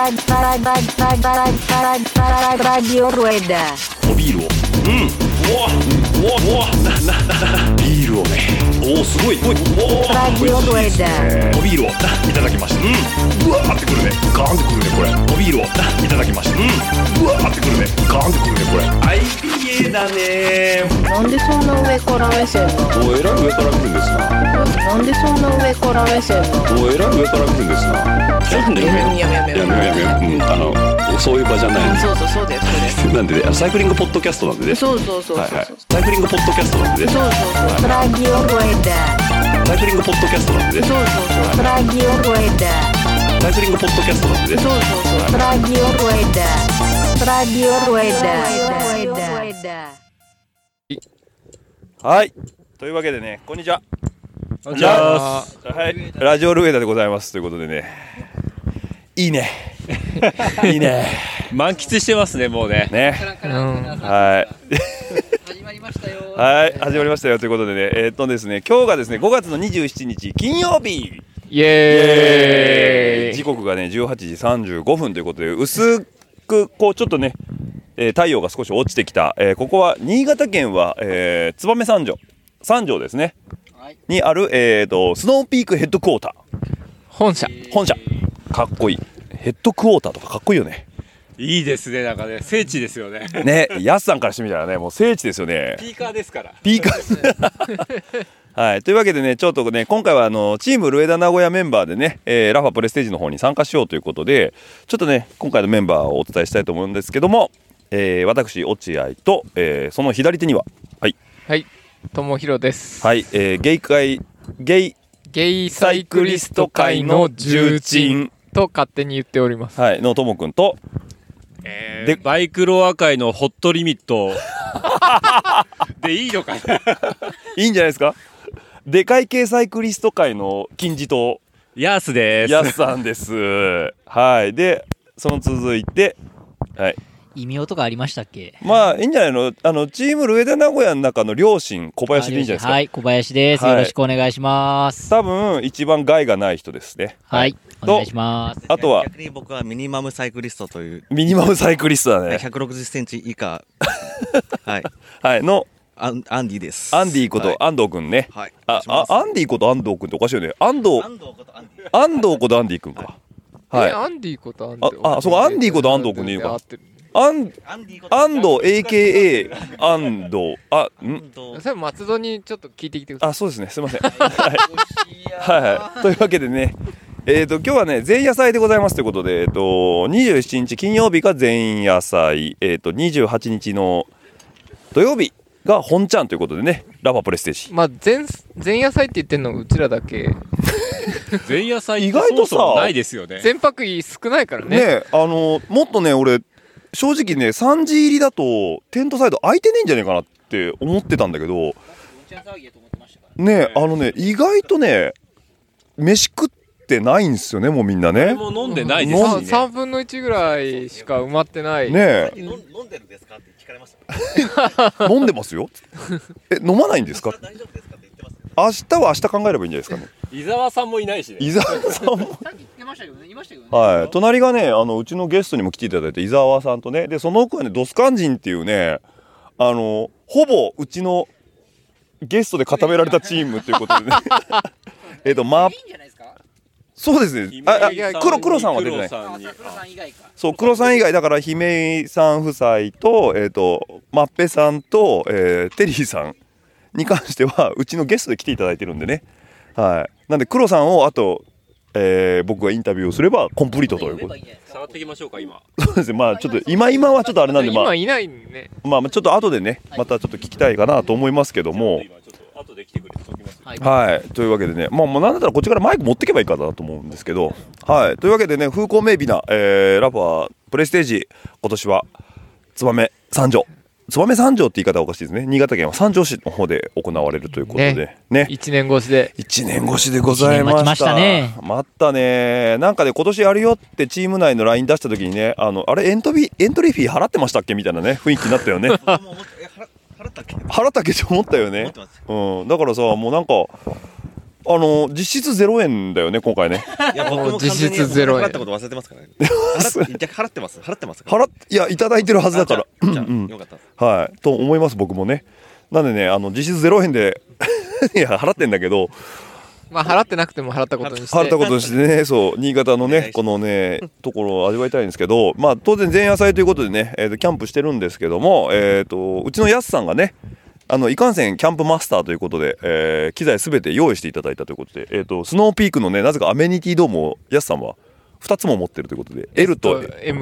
Radio Rueda。 おビールを。ビールをね。おおすごい。 Radio Rueda。 おビールをいただきました。うわーってくるね。ガーンってくるねこれ。おビールをいただきました。うわーってくるね。ガーンってくるねこれ。IPA だね。 なんでそんな上から目線なの？ おえらい上から来るんですな。 なんでそんな上から目線なの？ おえらい上から来るんですな。ちょっとね。やめよう。そういう場じゃない。 そうだよそれ。 なんでね、サイクリングポッドキャストなんでね。 そう。 はい。サイクリングポッドキャストなんでね。 そう。 Radio Rueda。 サイクリングポッドキャストなんでね。 そう。 Radio Rueda。 サイクリングポッドキャストなんでね。 そう。 Radio Rueda。Radio Rueda。 はい。というわけでね、こんにちは。 こんにちは。 はい。ラジオルエダでございますということでね。いいね。いいね。 満喫してますねもうね。 ね。はい。 始まりましたよ。 はい。始まりましたよということでね。ですね、今日がですね、5月の27日金曜日。 イエーイ。 時刻がね、18時35分ということで、薄くこうちょっとね、太陽が少し落ちてきた。ここは新潟県は、燕三条ですね。にあるスノーピークヘッドクォーター。 本社。 かっこいい。ヘッドクォーターとかかっこいいよね。 いいですね、なんかね、聖地ですよね。 ね、ヤスさんからしてみたらね、もう聖地ですよね。 ピーカーですから。 ピーカー。はい、というわけでね、ちょっとね、今回はチームルエダ名古屋メンバーでね、ラファプレステージの方に参加しようということで、ちょっとね、今回のメンバーをお伝えしたいと思うんですけども、私、落合と、その左手には、はい、 友広です。 はい、ゲイサイクリスト界の重鎮と勝手に言っております。 はい、のともくんと、 でバイクロア界のホットリミットでいいのかな。 いいんじゃないですか。でかい系サイクリスト界の金字塔ヤースです。 ヤスさんです。はい。でその続いて、はい、 異名とかありましたっけ？ まあいいんじゃないの。チームルエダ名古屋の中の両親小林でいいんじゃないですか。 はい、小林です、 はい、 よろしくお願いします。 多分一番害がない人ですね。 はい、お願いします。 あとは逆に僕はミニマムサイクリストというミニマムサイクリストだね。 160センチ以下はいはいのアンディです。 アンディこと安藤くんね。 はい。 アンディこと安藤くんっておかしいよね。安藤ことアンディくんか。はい。 アンディことアンディ。そうアンディこと安藤くんでいいのか。安藤 AKA 安藤それ松戸にちょっと聞いてきてください。 そうですね、すいません。はい。というわけでね、今日はね前夜祭でございますということで、27日金曜日が前夜祭、28日の土曜日が本ちゃんということでね、ラファプレステージ。 まあ前夜祭って言ってんのうちらだけ。 前夜祭意外とさないですよね。 全泊位少ないからね。 ね、もっとね俺正直ね3時入りだとテントサイド空いてねえんじゃねえかなって思ってたんだけどね、意外とね飯食ってないんですよね、もうみんなね。 もう飲んでないですしね。 3分の1ぐらいしか埋まってないね。 飲んでるんですかって聞かれました。 飲んでますよ。飲まないんですか。 大丈夫ですかって言ってます。 明日は明日考えればいいんじゃないですかね。 伊沢さんもいないしね。 伊沢さんもさっき言ってましたけどね、 はい、隣がねうちのゲストにも来ていただいて伊沢さんとね、でその奥はねドスカンジンっていうねほぼうちのゲストで固められたチームということでねそうですね。黒さんは出てない。そう黒さん以外だから姫井さん夫妻とマッペさんと、テリーさんに関してはうちのゲストで来ていただいてるんでね。はい。なんで黒さんをあと、僕がインタビューをすればコンプリートということで。 触っていきましょうか今。 そうですね。まあちょっと今はちょっとあれなんで今いないね。 まあちょっと後でねまたちょっと聞きたいかなと思いますけども。 後で来てくれておきます。 はい、というわけでね、もうなんだったらこっちからマイク持ってけばいいかなと思うんですけど、はい、というわけでね、風光明媚な、ラファプレステージ、今年は燕三条って言い方はおかしいですね。新潟県は三条市の方で行われるということでね、 1年越しでございました。 待ちましたね。 待ったね。なんかね今年やるよってチーム内の LINE 出した時にね、あれエントリーフィー払ってましたっけみたいなね雰囲気になったよね。払ったっけって思ったよね。だからさもうなんか実質0円だよね今回ね。 いや僕も完全に実質0円払ったこと忘れてますからね。払ってますいやいただいてるはずだから。 じゃあよかった。 はいと思います僕もね。なんでね実質0円でいや払ってんだけど。 まあ払ってなくても払ったことにして。 払ったことにしてね、そう新潟のねこのねところを味わいたいんですけど、まあ当然前夜祭ということでね、キャンプしてるんですけども、うちのやすさんがねいかんせんキャンプマスターということで、機材すべて用意していただいたということで、スノーピークのねなぜかアメニティドームをやすさんは2つも持ってるということで L と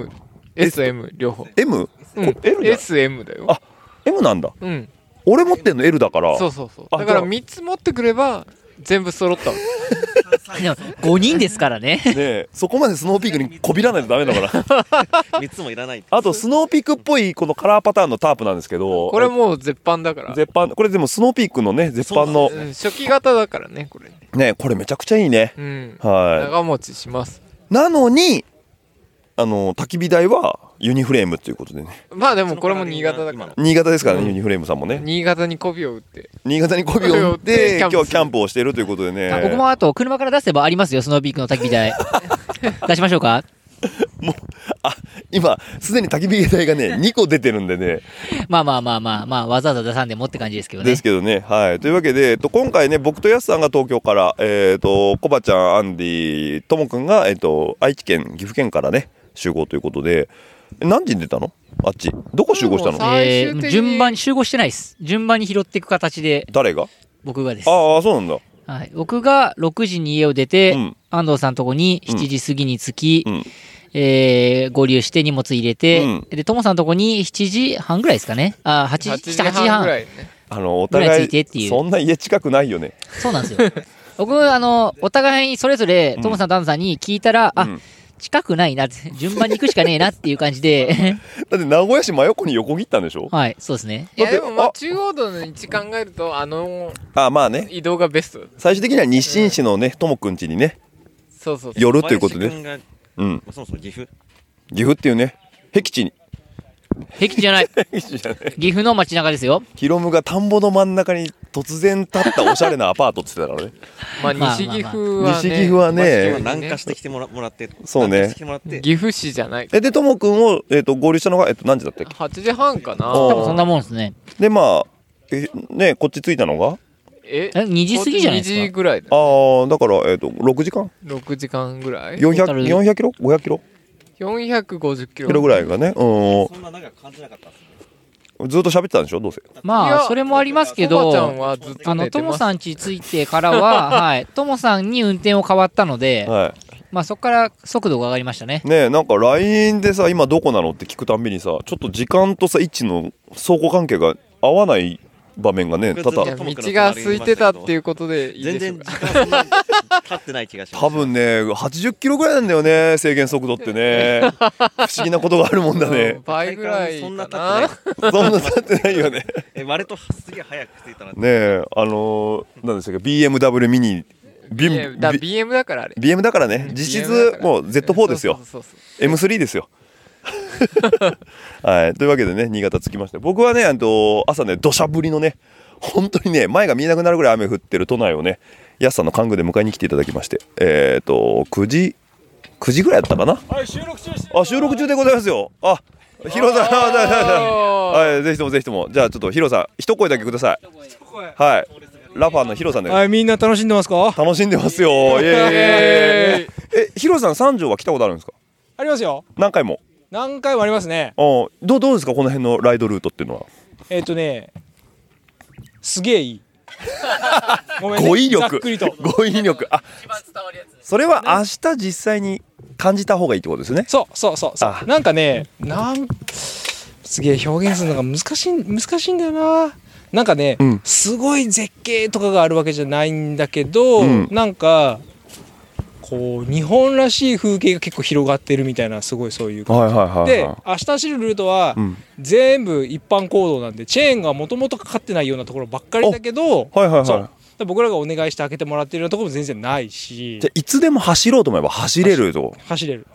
M、S、M 両方。 M？ うん、 L じゃん。 S、M だよ。 あ M なんだ。 うん。 俺持ってんの L だから。 そうそうそう。だから3つ持ってくれば全部揃ったわ。 でも5人ですからね。 ねえそこまでスノーピークにこびらないとダメだから 3つもいらない。 あとスノーピークっぽいこのカラーパターンのタープなんですけど、 これもう絶版だから。 絶版これでもスノーピークのね絶版の、 うん、初期型だからねこれねこれめちゃくちゃいいね、 うん、 はい長持ちします。 なのに焚き火台はユニフレームということでね。 まあでもこれも新潟だから。 新潟ですからね、ユニフレームさんもね。 新潟に媚びを打って。 新潟に媚びを打って今日はキャンプをしているということでね。 僕もあと車から出せばありますよ、スノーピークの焚き火台。出しましょうか。 もう今すでに焚き火台がね2個出てるんでね。 まあわざわざ出さんでもって感じですけどね。 ですけどね、はい。というわけで、今回ね僕とやすさんが東京から、コバちゃん、アンディ、ともくんが愛知県、岐阜県からね集合ということで、何時に出たの？あっちどこ集合したの？ 順番に集合してないです。順番に拾っていく形で。 誰が？ 僕がです。 ああそうなんだ。 はい、僕が6時に家を出て、安藤さんのとこに7時過ぎに着き、合流して荷物入れて、でトモさんのとこに7時半ぐらいですかね。8時半ぐらい、 お互いそんな家近くないよね。 そうなんですよ。僕お互いにそれぞれトモさんと安藤さんに聞いたら、近くないなって、順番に行くしかねえなっていう感じでだって名古屋市真横に横切ったんでしょ？ はい、そうですね。 いやでもまあ中央道の位置考えるとまあね移動がベスト。 最終的には日清市のねともくん家にね寄るということで、そもそも岐阜っていうね僻地に僻地じゃない岐阜の街中ですよ。 ヒロムが田んぼの真ん中に突然建ったおしゃれなアパートって言ってたからね。 まあ西岐阜はね、 西岐阜はね南下してきてもらってそうね岐阜市じゃない。 でともくんを合流したのが何時だったっけ ？8時半かな。 多分そんなもんですね。 でまあねこっち着いたのが 2時過ぎじゃないですか。 2時ぐらいだ。 ああだから6時間 6時間ぐらい。 400キロ500キロ 450キロぐらいがね。 そんな長く感じなかったですね。 ずっと喋ってたんでしょどうせ。 まあそれもありますけど、ともさん家着いてからははいともさんに運転を変わったので、まあそこから速度が上がりましたね。 ねえなんか LINE でさ今どこなのって聞くたんびにさちょっと時間とさ位置の相互関係が合わない場面がね道が空いてたっていうことでいいです。 全然時間そんな経ってない気がします。 多分ね80キロぐらいなんだよね制限速度ってね不思議なことがあるもんだね。 倍ぐらいそんな経ってないそんな経ってないよね割とすげえ早く着いたなって。 ねえ何でしたっけ BMW ミニ BM だからあれ BM だからね実質もう Z4 ですよ。 M3 ですよはい、というわけでね新潟着きました。僕はね朝ね土砂降りのね本当にね前が見えなくなるぐらい雨降ってる都内をねやすさんの看護で迎えに来ていただきまして、9時ぐらいだったかな。はい収録中です。収録中でございますよ。ヒロさんはいぜひともじゃあちょっとヒロさん一声だけください。はいラファーのヒロさんで。 はいみんな楽しんでますか？ 楽しんでますよ。ヒロさん三条は来たことあるんですか？ ありますよ。 何回もありますね。 どうですかこの辺のライドルートっていうのは。 すげえいいごめんね語彙力ざっくりと語彙力それは明日実際に感じた方がいいってことですね。 そうなんかねすげえ表現するのが難しいんだよな。なんかね、すごい絶景とかがあるわけじゃないんだけど、なんかこう日本らしい風景が結構広がってるみたいなすごいそういう感じで、明日走るルートは全部一般公道なんでチェーンがもともとかかってないようなところばっかりだけど、僕らがお願いして開けてもらってるようなところも全然ないし、 じゃあいつでも走ろうと思えば走れると。 走れる。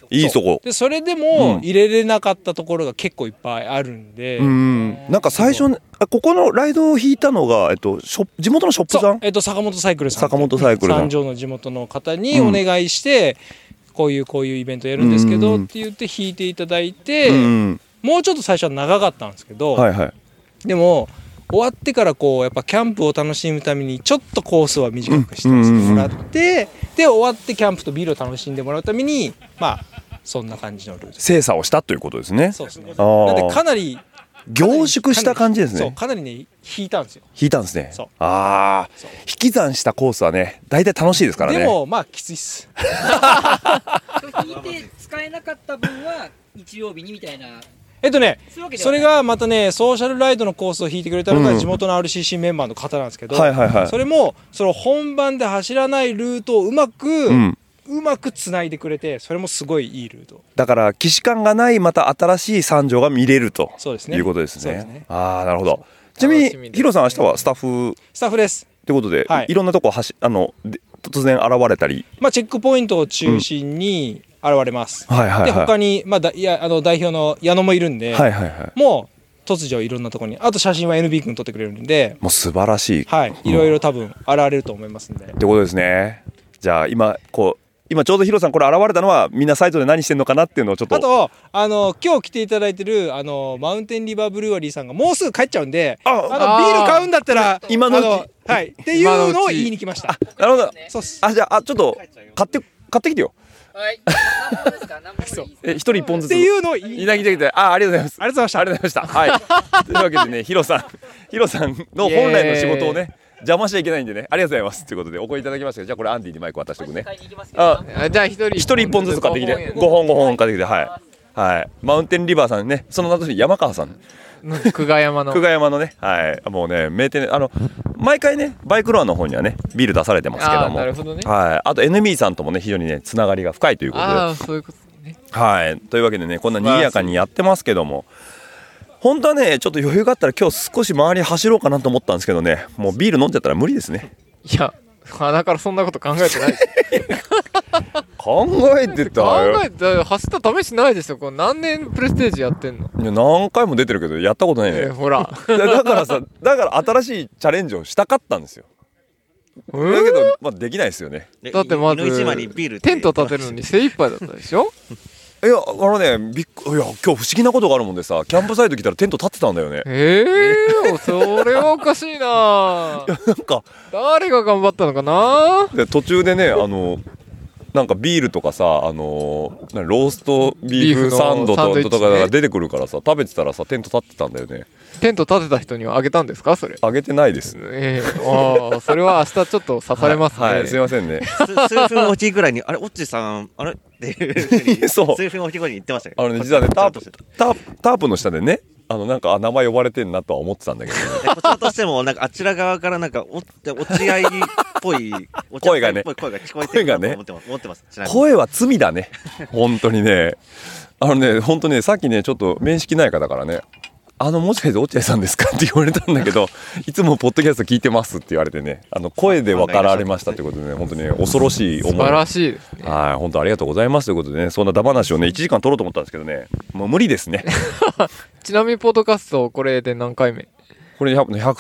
いいとこでそれでも入れれなかったところが結構いっぱいあるんで、 なんか最初ここのライドを引いたのが、地元のショップさん、 坂本サイクルさん、 坂本サイクルさん、 三条の地元の方にお願いして、こういうイベントやるんですけどって言って引いていただいて、もうちょっと最初は長かったんですけど、でも終わってからこうやっぱキャンプを楽しむためにちょっとコースは短くしてもらって、で終わってキャンプとビールを楽しんでもらうためにまあそんな感じのルート精査をしたということですね。 そうですね。なのでかなり凝縮した感じですね。 そうかなりね引いたんですよ。 引いたんですね。引き算したコースはね大体楽しいですからね。 でもまあきついっす。 引いて使えなかった分は日曜日にみたいな。 それがまたねソーシャルライドのコースを引いてくれたのが地元の RCC メンバーの方なんですけど、それもその本番で走らないルートをうまくつないでくれて、それもすごいいいルートだから既視感がないまた新しい三条が見れるということですね。ああなるほど。ちなみにヒロさん明日はスタッフですということで、いろんなとこ突然現れたり、 チェックポイントを中心に現れます。で他に代表の矢野もいるんで、もう突如いろんなところに、あと写真は NB 君撮ってくれるんで、 もう素晴らしい。 いろいろ多分現れると思いますんで。ってことですね。じゃあ今ちょうどヒロさんこれ現れたのはみんなサイトで何してんのかなっていうのをちょっと。 あと今日来ていただいてるマウンテンリバーブルワリーさんがもうすぐ帰っちゃうんで、ビール買うんだったら今のっていうのを言いに来ました。 なるほど。 そうっす。 じゃあちょっと買ってきてよ。 はい。 一人一本ずつ。 っていうのを言いに来て。ありがとうございます。 ありがとうございました。 はい。というわけでねヒロさんの本来の仕事をね邪魔しちゃいけないんでね、ありがとうございますということでお声いただきました。じゃあこれアンディにマイク渡しておくね。 じゃあ一人一本ずつ買ってきて、5本買ってきて、はいマウンテンリバーさんね、その名の通り山川さん、 久我山のね、もうね名店、毎回ねバイクロアの方にはねビール出されてますけども、 なるほどね。 あと NB さんともね非常にねつながりが深いということで、 そういうことね。 というわけでねこんな賑やかにやってますけども、本当はねちょっと余裕があったら今日少し周り走ろうかなと思ったんですけどね、もうビール飲んじゃったら無理ですね。 いや鼻からそんなこと考えてない考えてたよ。 走った試しないですよ。これ何年プレステージやってんの。 いや何回も出てるけどやったことないね。 ほらだから新しいチャレンジをしたかったんですよ。だけどできないですよね。 だってまずテント立てるのに精一杯だったでしょ。 いや今日不思議なことがあるもんでさ、キャンプサイト来たらテント立ってたんだよね。 それはおかしいな。 なんか誰が頑張ったのかな。 で途中でねなんかビールとかさローストビーフサンドとかが出てくるからさ、食べてたらさテント立ってたんだよね。 テント立てた人にはあげたんですかそれ。 あげてないです。 それは明日ちょっと刺されますね。 すいませんね。 数分おきぐらいにあれオッチさんあれっていう数分おきぐらいに言ってましたよ。 実はねタープの下でねなんか名前呼ばれてんなとは思ってたんだけど、ね、 こちらとしてもなんかあちら側からなんか落合いっぽい声がね聞こえてると思ってます。 声は罪だね本当にね。本当ねさっきねちょっと面識ない方からねもしかして落合さんですかって言われたんだけどいつもポッドキャスト聞いてますって言われてね声で分かられましたということでね、本当にね恐ろしい思い。 素晴らしいですね。 本当ありがとうございますということでね、そんなダ話をね1時間取ろうと思ったんですけどね、もう無理ですねちなみにポッドキャストこれで何回目？ これ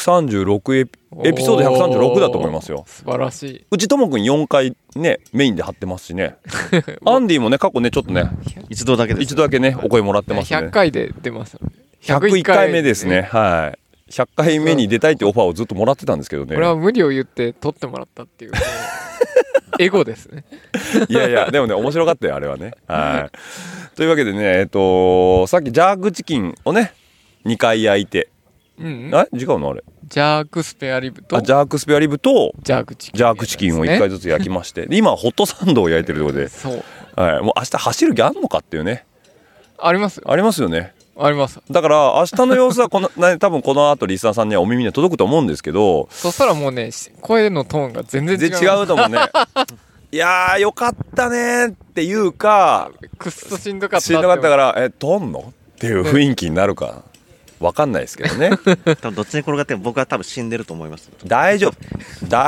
136エピソード136だと思いますよ。 素晴らしい。 うちともくん4回ねメインで張ってますしねアンディもね過去ねちょっとね一度だけねお声もらってますね。 100回で出ます 101回目ですね。100回目に出たいってオファーをずっともらってたんですけどね。 これは無理を言って取ってもらったっていうエゴですねいやでもね面白かったよあれはね。というわけでねさっきジャークチキンをね2回焼いて、違うのあれジャークスペアリブとジャークチキンを1回ずつ焼きましてで今はホットサンドを焼いてるところで、 そう、 もう明日走る気あんのかっていうね。 ありますよね。 あります。 だから明日の様子は多分この後リスナーさんにはお耳には届くと思うんですけど、 そしたらもうね声のトーンが全然違うと思うねいやーよかったねっていうかくっそしんどかったからとんのっていう雰囲気になるか分かんないですけどね多分どっちに転がっても僕は多分死んでると思います。 大丈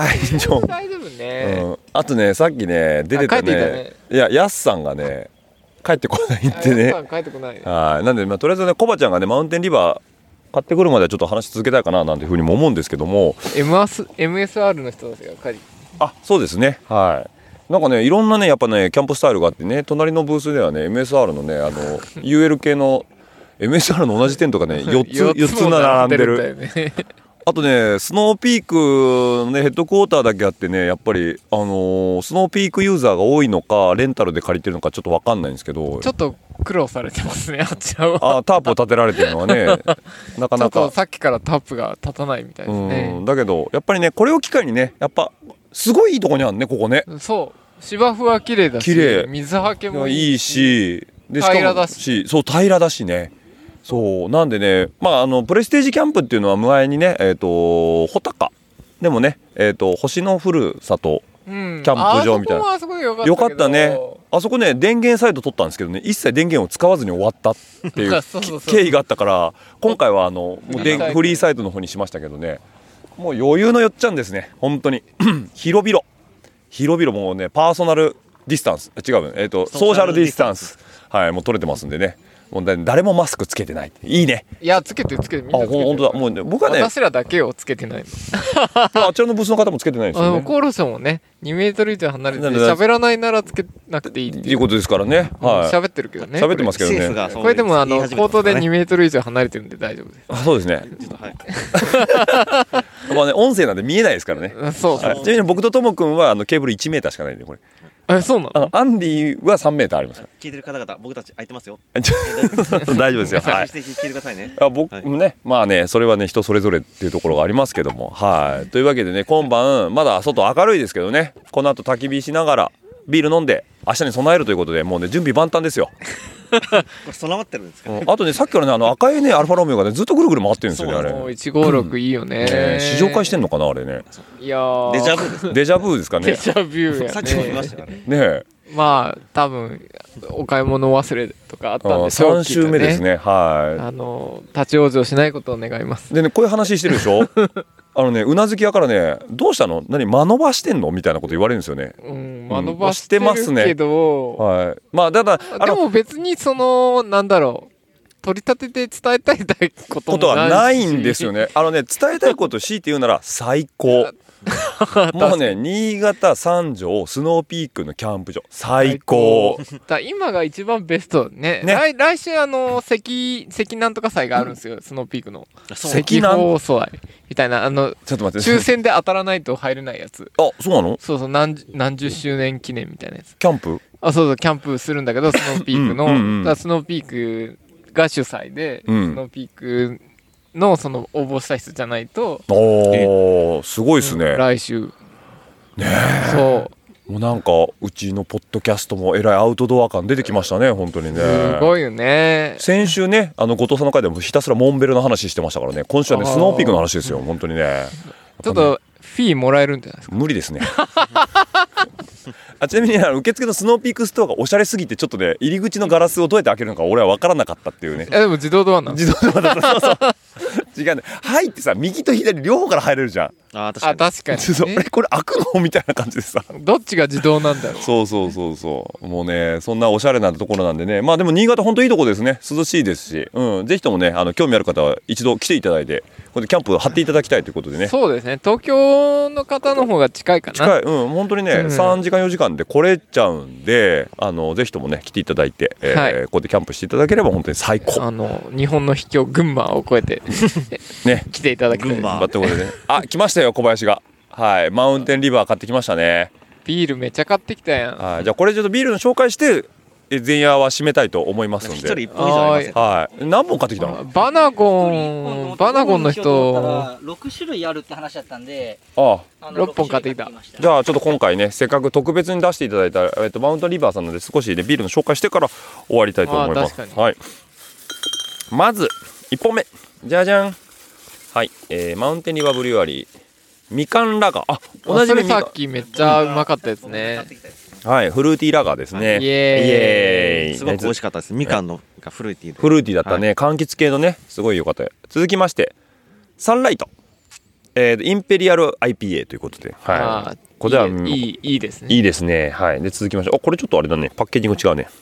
夫ね、 あとねさっきね出てたね、いやヤスさんがね帰ってこないってね。 帰ってこない。 はい。なんでとりあえずねコバちゃんがねマウンテンリバー買ってくるまではちょっと話し続けたいかななんていうふうにも思うんですけども。 MSR の人たちがそうですね。はい。なんかねいろんなねやっぱねキャンプスタイルがあってね、隣のブースではね MSR のねUL 系の MSR の同じテントがね4つ並んでる。あとねスノーピークのねヘッドクォーターだけあってね、やっぱりスノーピークユーザーが多いのかレンタルで借りてるのかちょっと分かんないんですけど、 ちょっと苦労されてますねあちらは。 タープを立てられてるのはねなかなかちょっとさっきからタープが立たないみたいですね。 だけどやっぱりねこれを機会にねやっぱすごいいいとこにあるねここね。 そう芝生は綺麗だし、 綺麗、 水はけもいいし、で平らだし、 そう平らだしね。そうなんでね、プレステージキャンプっていうのは前にね穂高でもね星のふるさとキャンプ場みたいな、 あそこはすごいよかったね。あそこね電源サイド取ったんですけどね、一切電源を使わずに終わったっていう経緯があったから、今回はもうフリーサイドの方にしましたけどね、もう余裕のよっちゃんですね本当に広々もうねパーソナルディスタンスソーシャルディスタンス、はい、もう取れてますんでね、もう誰もマスクつけてない。いいね。 いやつけてみんなつけてる。 本当だ。もうね僕はね私らだけをつけてないのあちらのブースの方もつけてないですよね。 厚労省もね2メートル以上離れて喋らないならつけなくていいっていうことですからね。はい。 喋ってるけどね。 喋ってますけどね。 これでも口頭で2メートル以上離れてるんで大丈夫です。 そうですね。まあね音声なんで見えないですからね。 そうそう。 ちなみに僕とともくんはケーブル1メーターしかないんでこれ。 そうなの？ アンディは3メーターあります。 聞いてる方々、僕たち空いてますよ。 大丈夫ですよ。はい。 聞いてくださいね。 僕ね、まあね、それはね人それぞれっていうところがありますけども、はい。というわけでね、今晩まだ外明るいですけどね、この後焚き火しながらビール飲んで明日に備えるということで、もうね準備万端ですよ。 これ備わってるんですか？ あとねさっきからね赤いねアルファロメオがねずっとぐるぐる回ってるんですよねあれ。 156いいよね。 試乗会してんのかなあれね。 いやデジャブです。 デジャブですかね。 デジャビューやね。 さっきも見ましたからね。 ねまあ多分お買い物忘れとかあったんでしょう。 3週目ですね。はい。 立ち往生しないことを願います。 でねこういう話してるでしょ。うなずき屋からねどうしたの間延ばしてんのみたいなこと言われるんですよね。 間延ばしてますけど、 はい。まあただでも別になんだろう取り立てて伝えたいことはないんですよね。伝えたいことを強いて言うなら最高。もうね新潟三条スノーピークのキャンプ場最高。 今が一番ベストね。来週関なんとか祭があるんですよ、スノーピークの関放送祭みたいなちょっと待って抽選で当たらないと入れないやつ。 そうなの？ そう何十周年記念みたいなやつ。 キャンプ？ そうキャンプするんだけどスノーピークのスノーピークが主催で、スノーピークの応募した人じゃないと。 すごいですね。 来週ね。 そうもうなんかうちのポッドキャストもえらいアウトドア感出てきましたね本当にね。 すごいよね。 先週ね後藤さんの回でもひたすらモンベルの話してましたからね、今週はねスノーピークの話ですよ本当にね。 ちょっとフィーもらえるんじゃないですか？ 無理ですね。ちなみに受付のスノーピークストアがおしゃれすぎてちょっとね入り口のガラスをどうやって開けるのか俺は分からなかったっていうね。 でも自動ドアなの？ 自動ドアだった。そう違うね。入ってさ右と左両方から入れるじゃん。 確かに、 ね、これ開くのみたいな感じでさどっちが自動なんだろう。 そうもうねそんなおしゃれなところなんでね、まあでも新潟本当いいとこですね。涼しいですし、ぜひともね興味ある方は一度来ていただいてこれでキャンプ張っていただきたいということでね。 そうですね、東京の方の方が近いかな。 近い、本当にね、3時間4時間で来れちゃうんでぜひともね来ていただいて、ここでキャンプしていただければ本当に最高。 日本の秘境群馬を越えてね来ていただきたい。群馬ってことでね来ましたよ小林が。はい、マウンテンリバー買ってきましたね。 ビールめっちゃ買ってきたやん。 はい、じゃあこれちょっとビールの紹介して前夜は締めたいと思いますので。 1人1本以上あります。 はい。何本買ってきたの？ バナゴンの人 6種類あるって話だったんで、 6本買ってきた。 じゃあちょっと今回ねせっかく特別に出していただいたマウンテンリバーさんなので少しねビールの紹介してから終わりたいと思います。はい。まず1本目じゃじゃん。はい、マウンテンリバーブリュワリーみかんラガー。 同じそれさっきめっちゃうまかったですね。 はい、フルーティーラガーですね。 イエーイ。 すごく美味しかったです。みかんのがフルーティーだったね。柑橘系のねすごい良かった。続きましてサンライト、インペリアル IPA ということで、 これはいいですね。 いいですね。はい。で続きましてこれちょっとあれだねパッケージング違うね。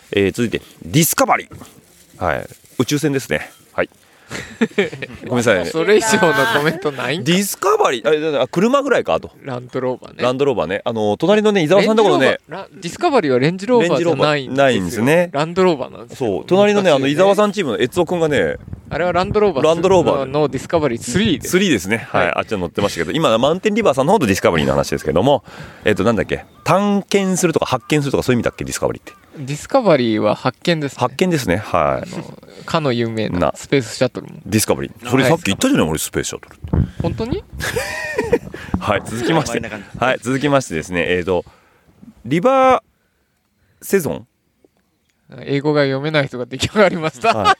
続いてディスカバリー、はい、宇宙船ですね。はい。ごめんなさいね。 それ以上のコメントないんか。 ディスカバリー、車ぐらいか。あとランドローバーね。 ランドローバーね。隣のね伊沢さんのところね、 ディスカバリーはレンジローバーじゃないんですね。ランドローバーなんですよ。 そう、隣のね伊沢さんチームの悦夫くんがね、 あれはランドローバーのディスカバリー3です。 3ですね。はい、あっちは乗ってましたけど、今マウンテンリバーさんの方のディスカバリーの話ですけども、なんだっけ、探検するとか発見するとかそういう意味だっけ、ディスカバリーって。 ディスカバリーは発見ですね。 発見ですね。はい。 かの有名なスペースシャトルもディスカバリー。それさっき言ったじゃない、俺スペースシャトル。 本当に？ はい、続きましてですね、リバーセゾン。 英語が読めない人が出来上がりました。 はい、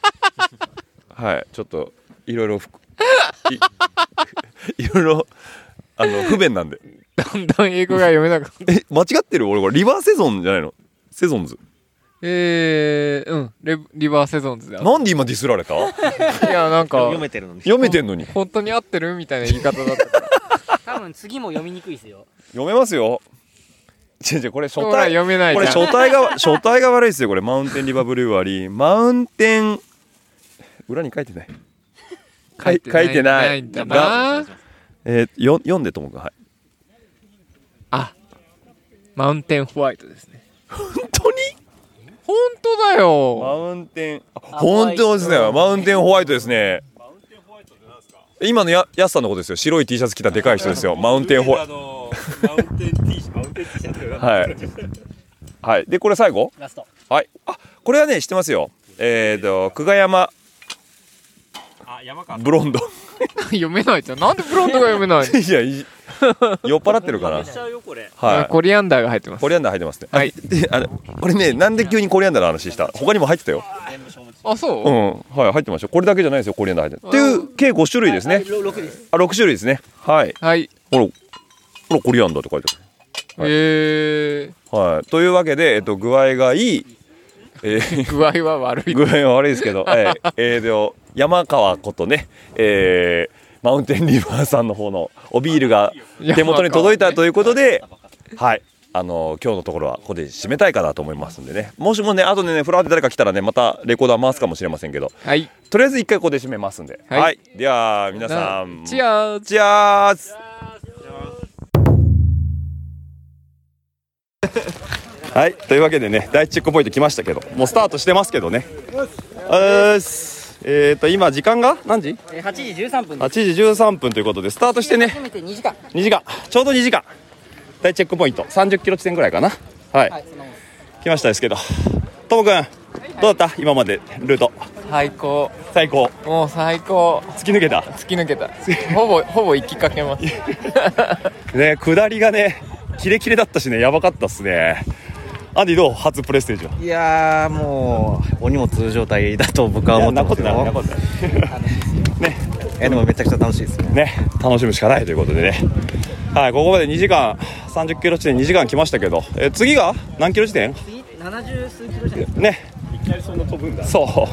はい、ちょっといろいろ不便なんで。 だんだん英語が読めなくなる。 間違ってる？俺これリバーセゾンじゃないの？セゾンズ。 リバーセゾンズで。 なんで今ディスられた？いや、なんか読めてるのに。 読めてんのに。 本当に合ってるみたいな言い方だったから。 多分次も読みにくいですよ。 読めますよ。これ書体読めない。 これ書体が悪いですよ。これマウンテンリバーブルーワリー、マウンテン裏に書いてない。書いてないんだな。読んでともくん、はい。 あ、マウンテンホワイトですね。 本当に？ 本当だよ。 マウンテン、本当ですね。マウンテンホワイトですね。今のやすさんのことですよ。白い T シャツ着たでかい人ですよ。マウンテンホワイト。マウンテン T シャツ。はい。はい。でこれ最後？ ラスト。 はい。あ、これはね知ってますよ。久我山。ブロンド。 読めないじゃん。なんでブロンドが読めない？ いや酔っ払ってるから。 はい。コリアンダーが入ってます。 コリアンダー入ってますね。 はい。 これね、なんで急にコリアンダーの話した？他にも入ってたよ。 あ、そう？ うん、はい、入ってました。これだけじゃないですよ、コリアンダー入ってる。っていう計5種類ですね。 6です。 あ、6種類ですね。はい。 はい。 ほらコリアンダーって書いてある。はい。というわけで具合がいい。 具合は悪い。 具合は悪いですけど、山川ことね、マウンテンリバーさんの方のおビールが手元に届いたということで、はい、今日のところはここで締めたいかなと思いますんでね。もしもね、あとね、フラーで誰か来たらね、またレコーダー回すかもしれませんけど、 はい、 とりあえず一回ここで締めますんで、 はい、 はい、では皆さん、 チアーズ、 チアーズ。はい、というわけでね、第1チェックポイント来ましたけど、もうスタートしてますけどね。今時間が何時 ？8時13分。 8時13分ということでスタートしてね。 2時間。 2時間、ちょうど2時間。第チェックポイント30キロ地点ぐらいかな。はい。来ましたですけど、ともくん、どうだった？今までルート。 最高。 最高。 もう最高。 突き抜けた。 突き抜けた。ほぼ行きかけます。 ね、下りがね、キレキレだったしね、やばかったっすね。アンディどう？初プレステージは。 いやー、もうお荷物状態だと僕は思ってますよ。 ね、 でもめちゃくちゃ楽しいですね。楽しむしかないということでね。はい、ここまで2時間30キロ地点2時間来ましたけど、次が何キロ地点？ 次70数キロじゃないですか。 ね。いきなりそんな飛ぶんだ。そう。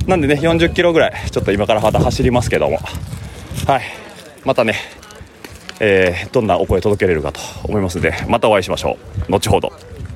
なんでね、40キロぐらいちょっと今からまた走りますけども、はい。またね、どんなお声届けれるかと思いますので、またお会いしましょう。後ほど。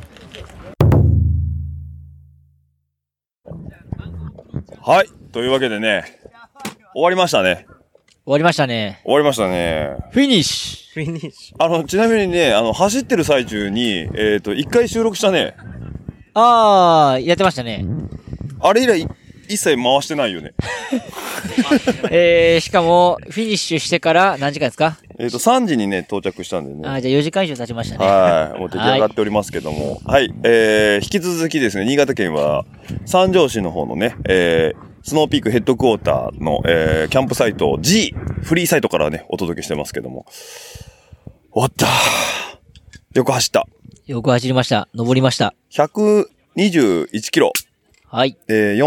はい、というわけでね、終わりましたね。 終わりましたね。 終わりましたね。 フィニッシュ。フィニッシュ。 ちなみにね、走ってる最中に、一回収録したね。 あー、やってましたね。 あれ以来、一切回してないよね。 しかも、フィニッシュしてから何時間ですか ？3時にね、到着したんでね。 じゃあ4時間以上経ちましたね。 はい。もう出来上がっておりますけども。はい。引き続きですね、新潟県は、三条市の方のね、スノーピークヘッドクォーターの、キャンプサイト G、フリーサイトからね、お届けしてますけども。終わったー。よく走った。 よく走りました。登りました。 121キロ。 はい。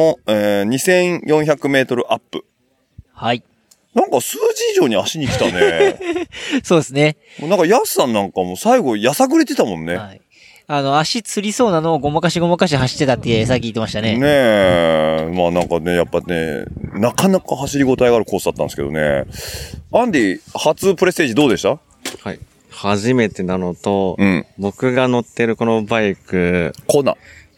2400メートルアップ。 はい。 なんか数字以上に足に来たね。 そうですね。 なんかヤスさんなんかも最後やさぐれてたもんね。はい。 足つりそうなのをごまかし走ってたってさっき言ってましたね。 ねえ。まあなんかね、やっぱね、なかなか走りごたえがあるコースだったんですけどね。アンディ、初プレステージどうでした？ はい。初めてなのと、僕が乗ってるこのバイク、 コナ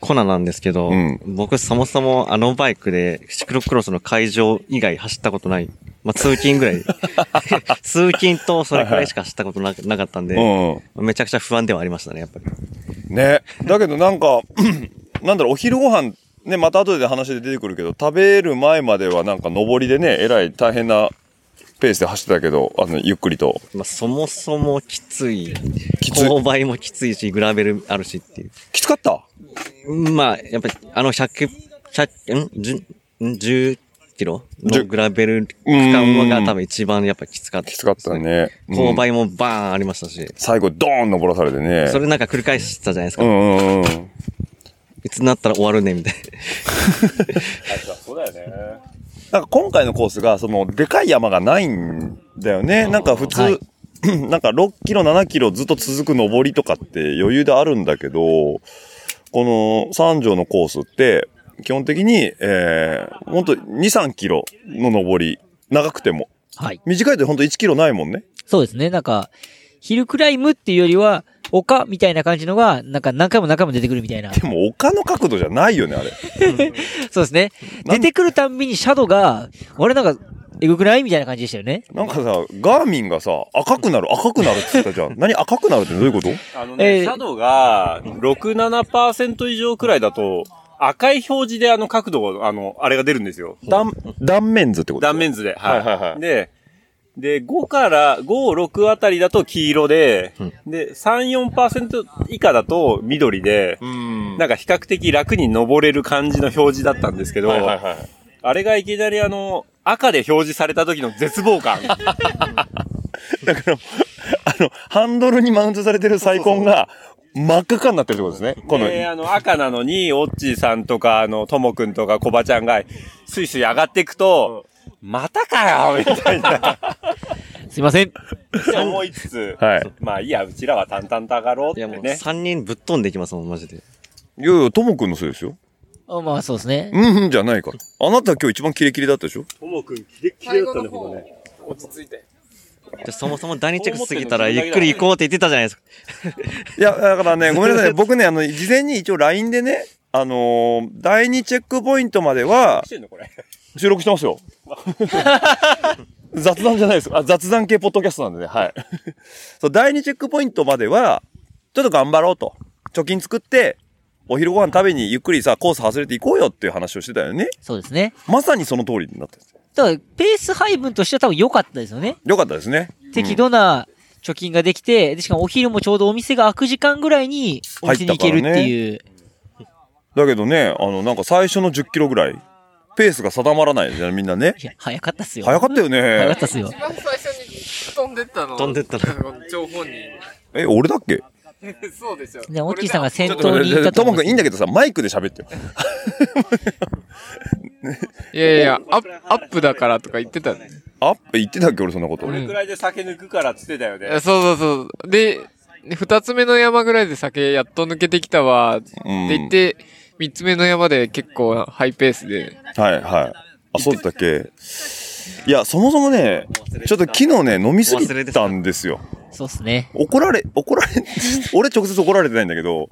コナなんですけど、僕そもそもあのバイクでシクロクロスの会場以外走ったことない。まあ、通勤ぐらい。通勤とそれくらいしか走ったことなかったんで、めちゃくちゃ不安ではありましたね、やっぱり。 ね。だけどなんか、なんだろう、お昼ご飯、ね、また後で話で出てくるけど、食べる前まではなんか上りでね、えらい大変なペースで走ってたけど、ゆっくりと。 まあ、そもそもきつい。勾配もきついし、グラベルあるしっていう。 きつかった？ まあ、やっぱり、10キロのグラベル区間が多分一番やっぱきつかった。 きつかったね。 勾配もバーンありましたし。 最後ドーン登らされてね。 それなんか繰り返したじゃないですか。いつになったら終わるね、みたいな。そうだよね。なんか今回のコースが、でかい山がないんだよね。なんか普通、なんか6キロ、7キロずっと続く登りとかって余裕であるんだけど、この三条のコースって、基本的に、ほんと2、3キロの登り、長くても。 はい。 短いとほんと1キロないもんね。 そうですね。なんか、ヒルクライムっていうよりは、丘みたいな感じのが、なんか何回も出てくるみたいな。 でも丘の角度じゃないよね、あれ。 そうですね。出てくるたんびにシャドウが、俺なんか、えぐくないみたいな感じでしたよね。 なんかさ、ガーミンがさ、赤くなるって言ったじゃん。何赤くなるってどういうこと？ シャドウが、6、7% 以上くらいだと、赤い表示で角度、あれが出るんですよ。 断面図ってこと？ 断面図で。はい。で、5から5、6あたりだと黄色で、で、3、4% 以下だと緑で、なんか比較的楽に登れる感じの表示だったんですけど、あれがいきなり赤で表示された時の絶望感。だから、ハンドルにマウントされてるサイコンが、真っ赤かになってるってことですね。 この赤なのに、オッチーさんとか、ともくんとか、コバちゃんが、スイスイ上がっていくと、またかよみたいな。 すいません。 思いつつ、 はい。 まあいいや、うちらは淡々と上がろうってね。いやもう 3人ぶっ飛んでいきますもん、マジで。 いやいや、ともくんのせいですよ。 まあそうですね。 じゃないから。あなた今日一番キレキレだったでしょ？ ともくんキレキレだったんだけどね。 落ち着いて。 じゃそもそも第2チェック過ぎたらゆっくり行こうって言ってたじゃないですか。 いや、だからね、ごめんなさい。僕ね、事前に一応 LINE でね、第2チェックポイントまでは、収録してますよ。雑談じゃないです。雑談系ポッドキャストなんでね。はい。そう、第2チェックポイントまでは、ちょっと頑張ろうと。貯金作って、お昼ご飯食べにゆっくりさ、コース外れていこうよっていう話をしてたよね。 そうですね。 まさにその通りになったんですよ。 だから、ペース配分としては多分良かったですよね。 良かったですね。 適度な貯金ができて、でしかもお昼もちょうどお店が開く時間ぐらいにお店に行けるっていう。 だけどね、なんか最初の10キロぐらい、ペースが定まらないじゃん、みんなね。 いや、早かったっすよ。 早かったよね。 早かったっすよ。 一番最初に飛んでったの。張本人。 俺だっけ？ そうですよ。 で、オッチーさんが先頭にいたともくんいいんだけどさ、マイクで喋ってよ。 いや、アップだからとか言ってたね。 アップ言ってたっけ俺そんなこと。 これくらいで酒抜くからっつってたよね。 そう。で、2つ目の山ぐらいで酒やっと抜けてきたわって言って、3つ目の山で結構ハイペースで。 はい。あ、そうだっけ。いや、そもそもね、ちょっと昨日ね、飲みすぎたんですよ。 そうっすね。 怒られ、俺直接怒られてないんだけど、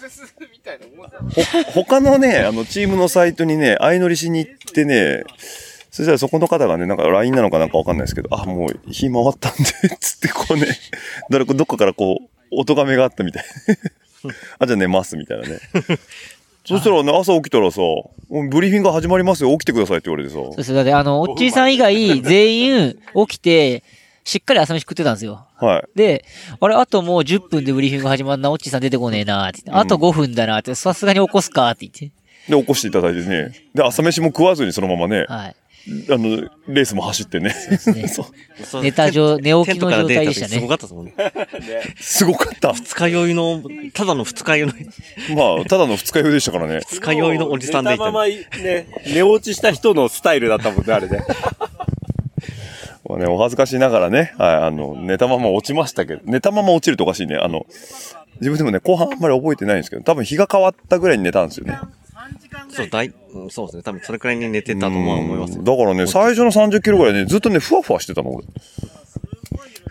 他のね、チームのサイトにね、相乗りしに行ってね、そしたらそこの方がね、なんか LINE なのかなんかわかんないですけど、もう日回ったんで、つってこうね、どっかからこう、お咎めがあったみたい。じゃあ寝ます、みたいなね。そしたらね、朝起きたらさ、ブリーフィング始まりますよ、起きてくださいって言われてさ。 そうです。だってオッチーさん以外、全員起きて、しっかり朝飯食ってたんですよ。 はい。 で、あともう10分でブリーフィング始まるな、オッチーさん出てこねえなって言って、あと5分だなって、さすがに起こすかって言って。 で、起こしていただいてね。で、朝飯も食わずにそのままね。 はい。 レースも走ってね。 そうですね。寝起きの状態でしたね。 すごかったですもんね。 すごかった。 二日酔いの、ただの二日酔いの。 まあ、ただの二日酔いでしたからね。 二日酔いのおじさんでいた。 寝たままね、寝落ちした人のスタイルだったもんね、あれね。 まあね、お恥ずかしいながらね、はい、寝たまま落ちましたけど、寝たまま落ちるとおかしいね。自分でもね、後半あんまり覚えてないんですけど、多分日が変わったぐらいに寝たんですよね。 そうですね。多分それくらいに寝てたと思います。 だからね、最初の30キロぐらいね、ずっとね、ふわふわしてたの、俺。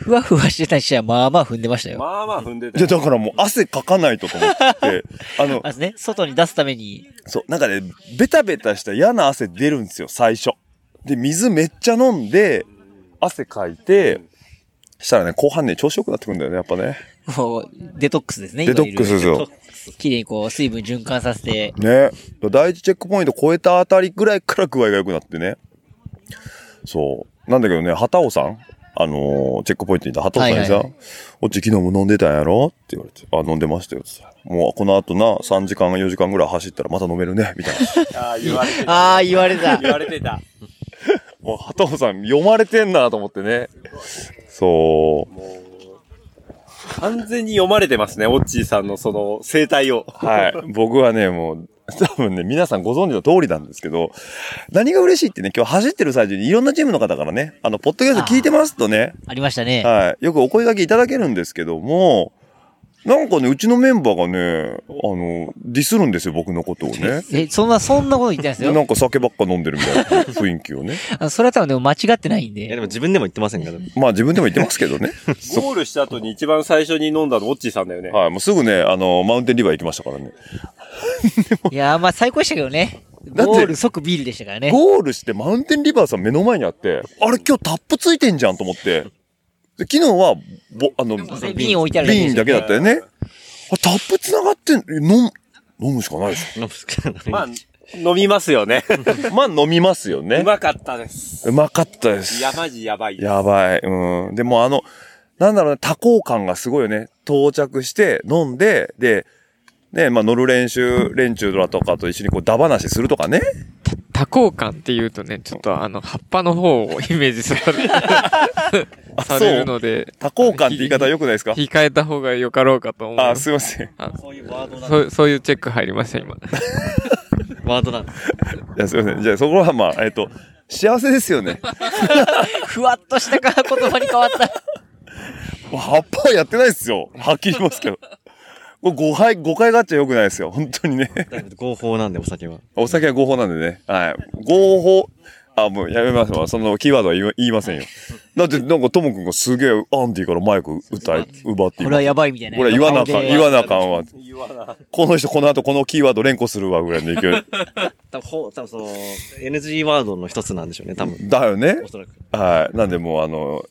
ふわふわしてたにしてはまあまあ踏んでましたよ。 まあまあ踏んでた。 いや、だからもう汗かかないとと思って。 あね、外に出すために。 そう、なんかね、ベタベタした嫌な汗出るんですよ、最初。で、水めっちゃ飲んで、汗かいて、したらね、後半ね、調子良くなってくるんだよね、やっぱね。 もう、デトックスですね、 デトックスですよ。 綺麗にこう、水分循環させて。 ね。第一チェックポイント超えたあたりぐらいから具合が良くなってね。そう。なんだけどね、畑尾さんチェックポイントにいた畑尾さんにさ、おっち昨日も飲んでたんやろって言われて、あ、飲んでましたよってさ。もうこの後な、3時間4時間ぐらい走ったらまた飲めるね、みたいな。 ああ、言われてた。 ああ、言われた。 言われてた。 もう、畑尾さん読まれてんなと思ってね。そう。 完全に読まれてますね、オッチーさんのその生態を。 はい。僕はね、もう、多分ね、皆さんご存知の通りなんですけど、何が嬉しいってね、今日走ってる最中にいろんなチームの方からね、ポッドキャスト聞いてますとね。 ありましたね。 はい。よくお声掛けいただけるんですけども、なんかね、うちのメンバーがね、ディスるんですよ、僕のことをね。 そんなこと言ってないですよ。 なんか酒ばっか飲んでるみたいな雰囲気をね。 それは多分でも間違ってないんで。 でも自分でも言ってませんから。 まあ自分でも言ってますけどね。 ゴールした後に一番最初に飲んだのオッチーさんだよね。 はい、もうすぐね、マウンテンリバー行きましたからね。 いやー、まあ最高でしたけどね。ゴール即ビールでしたからね。 ゴールしてマウンテンリバーさん目の前にあって、あれ今日タップついてんじゃんと思って。で昨日は、 瓶置いてある瓶だけだったよね。タップ繋がって飲むしかないでしょ。 飲むしかない。 まあ、飲みますよね。 まあ飲みますよね。 うまかったです。 うまかったです。 いや、マジやばい。 やばい。うん。でもなんだろうね、多幸感がすごいよね。到着して飲んで、で、ね、まあ乗る連中だとかと一緒にこうダ話するとかね。 多幸感って言うとね、ちょっと葉っぱの方をイメージされるので。 多幸感って言い方は良くないですか？ 控えた方がよかろうかと思う。 あ、すいません。 そういうワードなんです。 そういうチェック入りました、今。 ワードなんです。 いや、すいません。じゃあそこはまあ、幸せですよね。 ふわっとした言葉に変わった。 葉っぱはやってないですよ。はっきり言いますけど。これ誤解があっちゃ良くないですよ。本当にね。 合法なんで、お酒は。 お酒は合法なんでね。はい。合法。もうやめますわ。そのキーワードは言いませんよ。だってなんかともくんがすげえアンディからマイク奪って。 これはやばいみたいな。 これ言わなあかんわ。この人この後このキーワード連呼するわぐらいの勢い。 多分その、NG ワードの一つなんでしょうね、多分。 だよね。 おそらく。 はい。なんでもう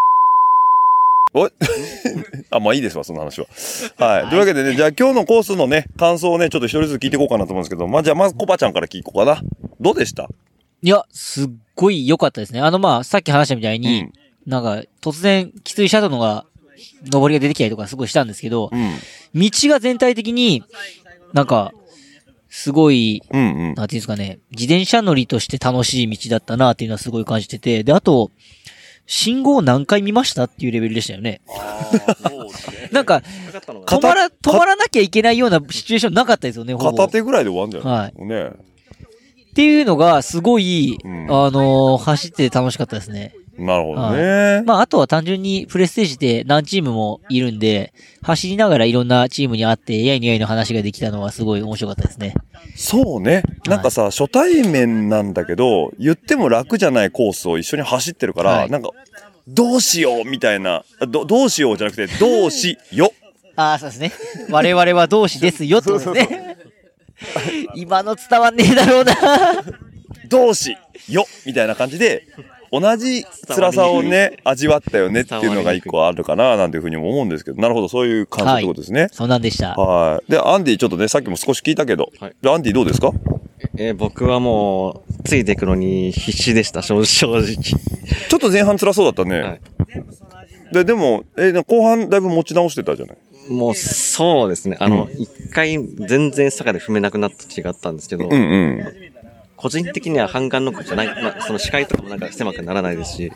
まあいいですわ、その話は。はい。というわけでね、じゃあ今日のコースのね、感想をね、ちょっと一人ずつ聞いていこうかなと思うんですけど、じゃあまずコバちゃんから聞こうかな。どうでした？ いや、すっごい良かったですね。まあ、さっき話したみたいに、なんか、突然、きついシャドウの登りが出てきたりとかすごいしたんですけど、道が全体的に、なんか、すごい、なんていうんですかね、自転車乗りとして楽しい道だったなっていうのはすごい感じてて、で、あと、信号何回見ましたっていうレベルでしたよね。なんか、止まらなきゃいけないようなシチュエーションなかったですよね、ほぼ。 片手ぐらいで終わんじゃない？ はい。 ね。 っていうのが、すごい、走って楽しかったですね。 なるほどね。 まあ、あとは単純にプレステージで何チームもいるんで、走りながらいろんなチームに会って、やいの話ができたのはすごい面白かったですね。 そうね。なんかさ、初対面なんだけど、言っても楽じゃないコースを一緒に走ってるから、なんか、どうしようみたいな、どうしようじゃなくて、どうしよ。 そうですね。我々は同志ですよ、ってことですね。今の伝わんねえだろうな。 どうしよみたいな感じで、同じ辛さをね、味わったよねっていうのが一個あるかな、なんていうふうにも思うんですけど、なるほど、そういう感想ってことですね。 そうなんでした。 はい。で、アンディちょっとね、さっきも少し聞いたけど、で、アンディどうですか？ 僕はもう、ついていくのに必死でした、正直。ちょっと前半辛そうだったね。でも、後半だいぶ持ち直してたじゃない？ もう、そうですね。一回、全然坂で踏めなくなった時があったんですけど、個人的には半眼ノックじゃない、まあ、その視界とかもなんか狭くならないですし、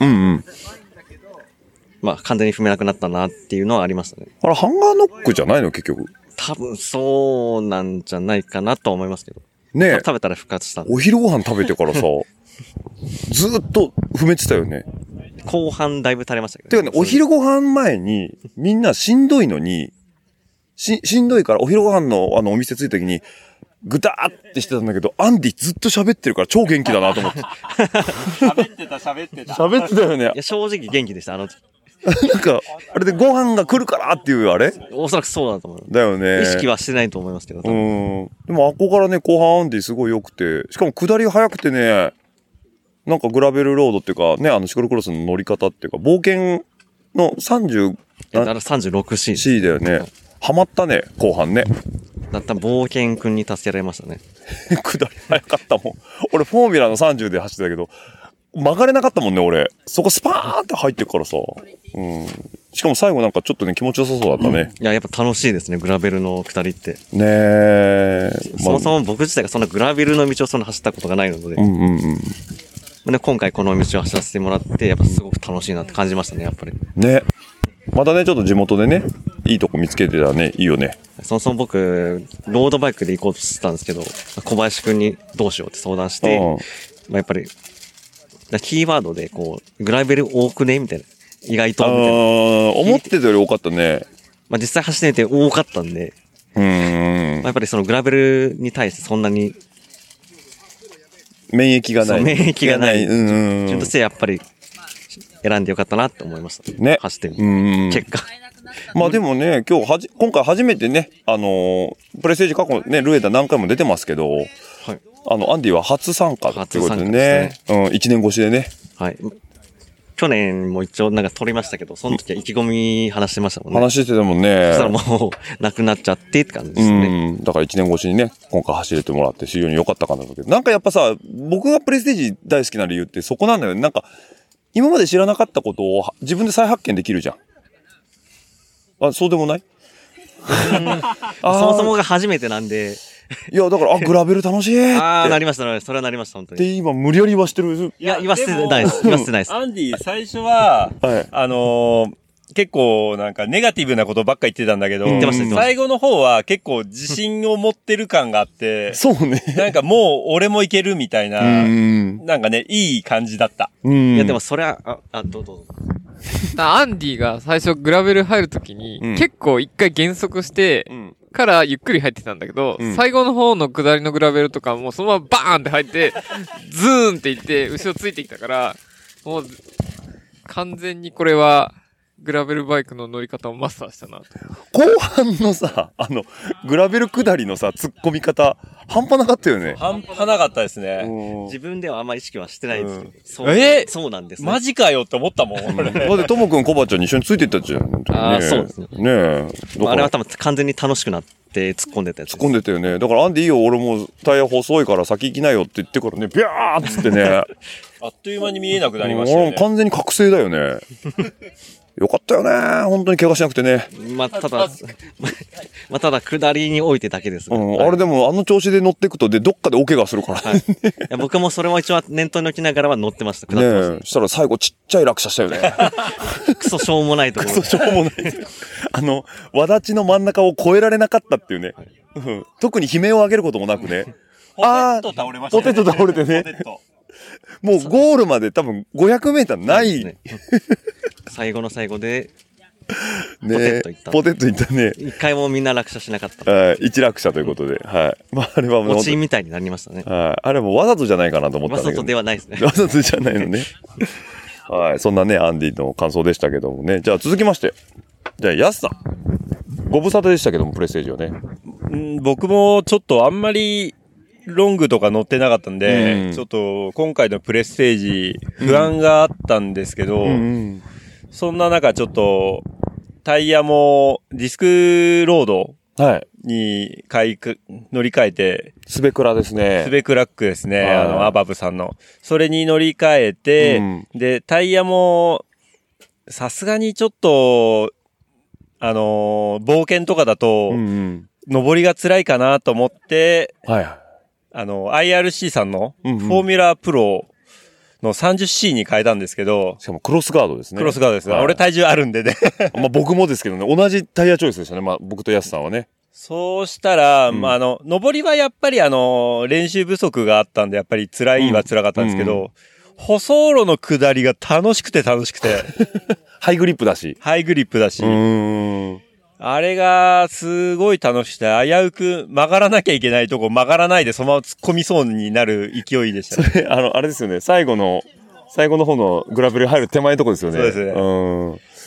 まあ、完全に踏めなくなったなっていうのはありましたね。 あれ、ハンガーノックじゃないの結局？ 多分、そうなんじゃないかなと思いますけど。 ねえ。 食べたら復活した。 お昼ご飯食べてからさ、ずーっと踏めてたよね。 後半だいぶ垂れましたけど、 てかね、お昼ご飯前に、みんなしんどいのに、しんどいからお昼ご飯のお店着いた時に、ぐだーってしてたんだけど、アンディずっと喋ってるから超元気だなと思って。 喋ってた。 喋ってたよね。 いや、正直元気でした、 なんか、あれでご飯が来るからっていうあれおそらくそうだと思う。 だよね。 意識はしてないと思いますけど。 でもあっこからね、後半アンディすごい良くて、しかも下りが速くてね、なんかグラベルロードっていうかね、シクロクロスの乗り方っていうか、冒険の 36C。 C だよね。ハマったね、後半ね。 だったら冒険くんに助けられましたね。 下り早かったもん。俺フォーミュラの30で走ってたけど、曲がれなかったもんね、俺。そこスパーンって入ってるからさ。しかも最後なんかちょっとね、気持ちよさそうだったね。 いや、やっぱ楽しいですね、グラベルの下りって。 ねえ。 そもそも僕自体がそんなグラベルの道をそんな走ったことがないので。で今回この道を走らせてもらって、やっぱすごく楽しいなって感じましたね、やっぱり。 ね。またね、ちょっと地元でね、いいとこ見つけてたらね、いいよね。 そもそも僕、ロードバイクで行こうとしてたんですけど、小林くんにどうしようって相談して、やっぱり、キーワードでこう、グラベル多くねみたいな。意外と。 思ってたより多かったね。 実際走ってみて多かったんで、やっぱりそのグラベルに対してそんなに、 免疫がない。 免疫がない。自分としてやっぱり選んでよかったなって思いました。 ね。 走ってみて。結果。 まあでもね、今回初めてね、プレステージ過去ね、ルエダ何回も出てますけど、はい。アンディは初参加ってことでね。1年越しでね。 はい。去年も一応なんか撮りましたけど、その時は意気込み話してましたもんね。 話してたもんね。 そしたらもう、なくなっちゃってって感じですね。 だから1年越しにね、今回走れてもらって非常に良かったかなと。なんかやっぱさ、僕がプレステージ大好きな理由ってそこなんだよね。なんか、今まで知らなかったことを自分で再発見できるじゃん。そうでもないそもそもが初めてなんで。 いや、だから、グラベル楽しいって。 なりました、それはなりました、本当に。 で、今、無理やり言わしてる。 いや、言わせてないです。言わせてないです。 アンディ、最初は、結構なんかネガティブなことばっか言ってたんだけど、最後の方は結構自信を持ってる感があって、 そうね。 なんかもう俺もいけるみたいな、なんかね、いい感じだった。 いや、でもそれは、どうぞ。 アンディが最初グラベル入るときに、結構一回減速して、からゆっくり入ってたんだけど、最後の方の下りのグラベルとかもそのままバーンって入って、ズーンっていって後ろついてきたから、もう完全にこれはグラベルバイクの乗り方をマスターしたなと。 後半のさ、グラベル下りのさ、突っ込み方、半端なかったよね。 半端なかったですね。 自分ではあんまり意識はしてないんですけど。そうなんですね。 マジかよって思ったもん。 だってともくん、コバちゃんに一緒についてったじゃん。 そうですね。 ねえ。 あれは多分完全に楽しくなって突っ込んでたやつ。 突っ込んでたよね。だからアンディいいよ、俺もタイヤ細いから先行きなよって言ってからね、ビャーっつってね。 あっという間に見えなくなりましたね。 完全に覚醒だよね。よかったよね。本当に怪我しなくてね。 ただ下りにおいてだけです。 あれでも調子で乗っていくとどっかで大怪我するから。 僕もそれも一応念頭に置きながらは乗ってました。 ねえ。したら最後ちっちゃい落車したよね。 クソしょうもないところ。 クソしょうもない。わだちの真ん中を越えられなかったっていうね。特に悲鳴を上げることもなくね。 ポテト倒れましたね。 ポテト倒れてね。もうゴールまで多分500メーターない。 最後の最後で、 ね、ポテトいったね。 一回もみんな落車しなかった。 はい。一落車ということで。はい。まあ、あれはもう。 落ちみたいになりましたね。 はい。あれはもうわざとじゃないかなと思ったんだけど。 わざとではないですね。 わざとじゃないのね。はい。そんなね、アンディの感想でしたけどもね。じゃあ続きまして。じゃあ、ヤスさん。ご無沙汰でしたけども、プレステージはね。 僕もちょっとあんまり、ロングとか乗ってなかったんで、ちょっと今回のプレステージ不安があったんですけど、そんな中ちょっとタイヤもディスクロードに乗り換えて、 スベクラですね。 スベクラックですね。アバブさんの。それに乗り換えて、で、タイヤもさすがにちょっと、冒険とかだと、登りが辛いかなと思って、IRC さんのフォーミュラープロの 30C に変えたんですけど。 しかもクロスガードですね。 クロスガードです。俺体重あるんでね。 まあ僕もですけどね、同じタイヤチョイスでしたね。まあ僕とヤスさんはね。 そうしたら、登りはやっぱり練習不足があったんで、やっぱり辛いは辛かったんですけど、舗装路の下りが楽しくて。 ハイグリップだし。 あれがすごい楽しくて、危うく曲がらなきゃいけないとこ曲がらないでそのまま突っ込みそうになる勢いでしたね。 それ、あれですよね。最後の方のグラベル入る手前のとこですよね。 そうですね。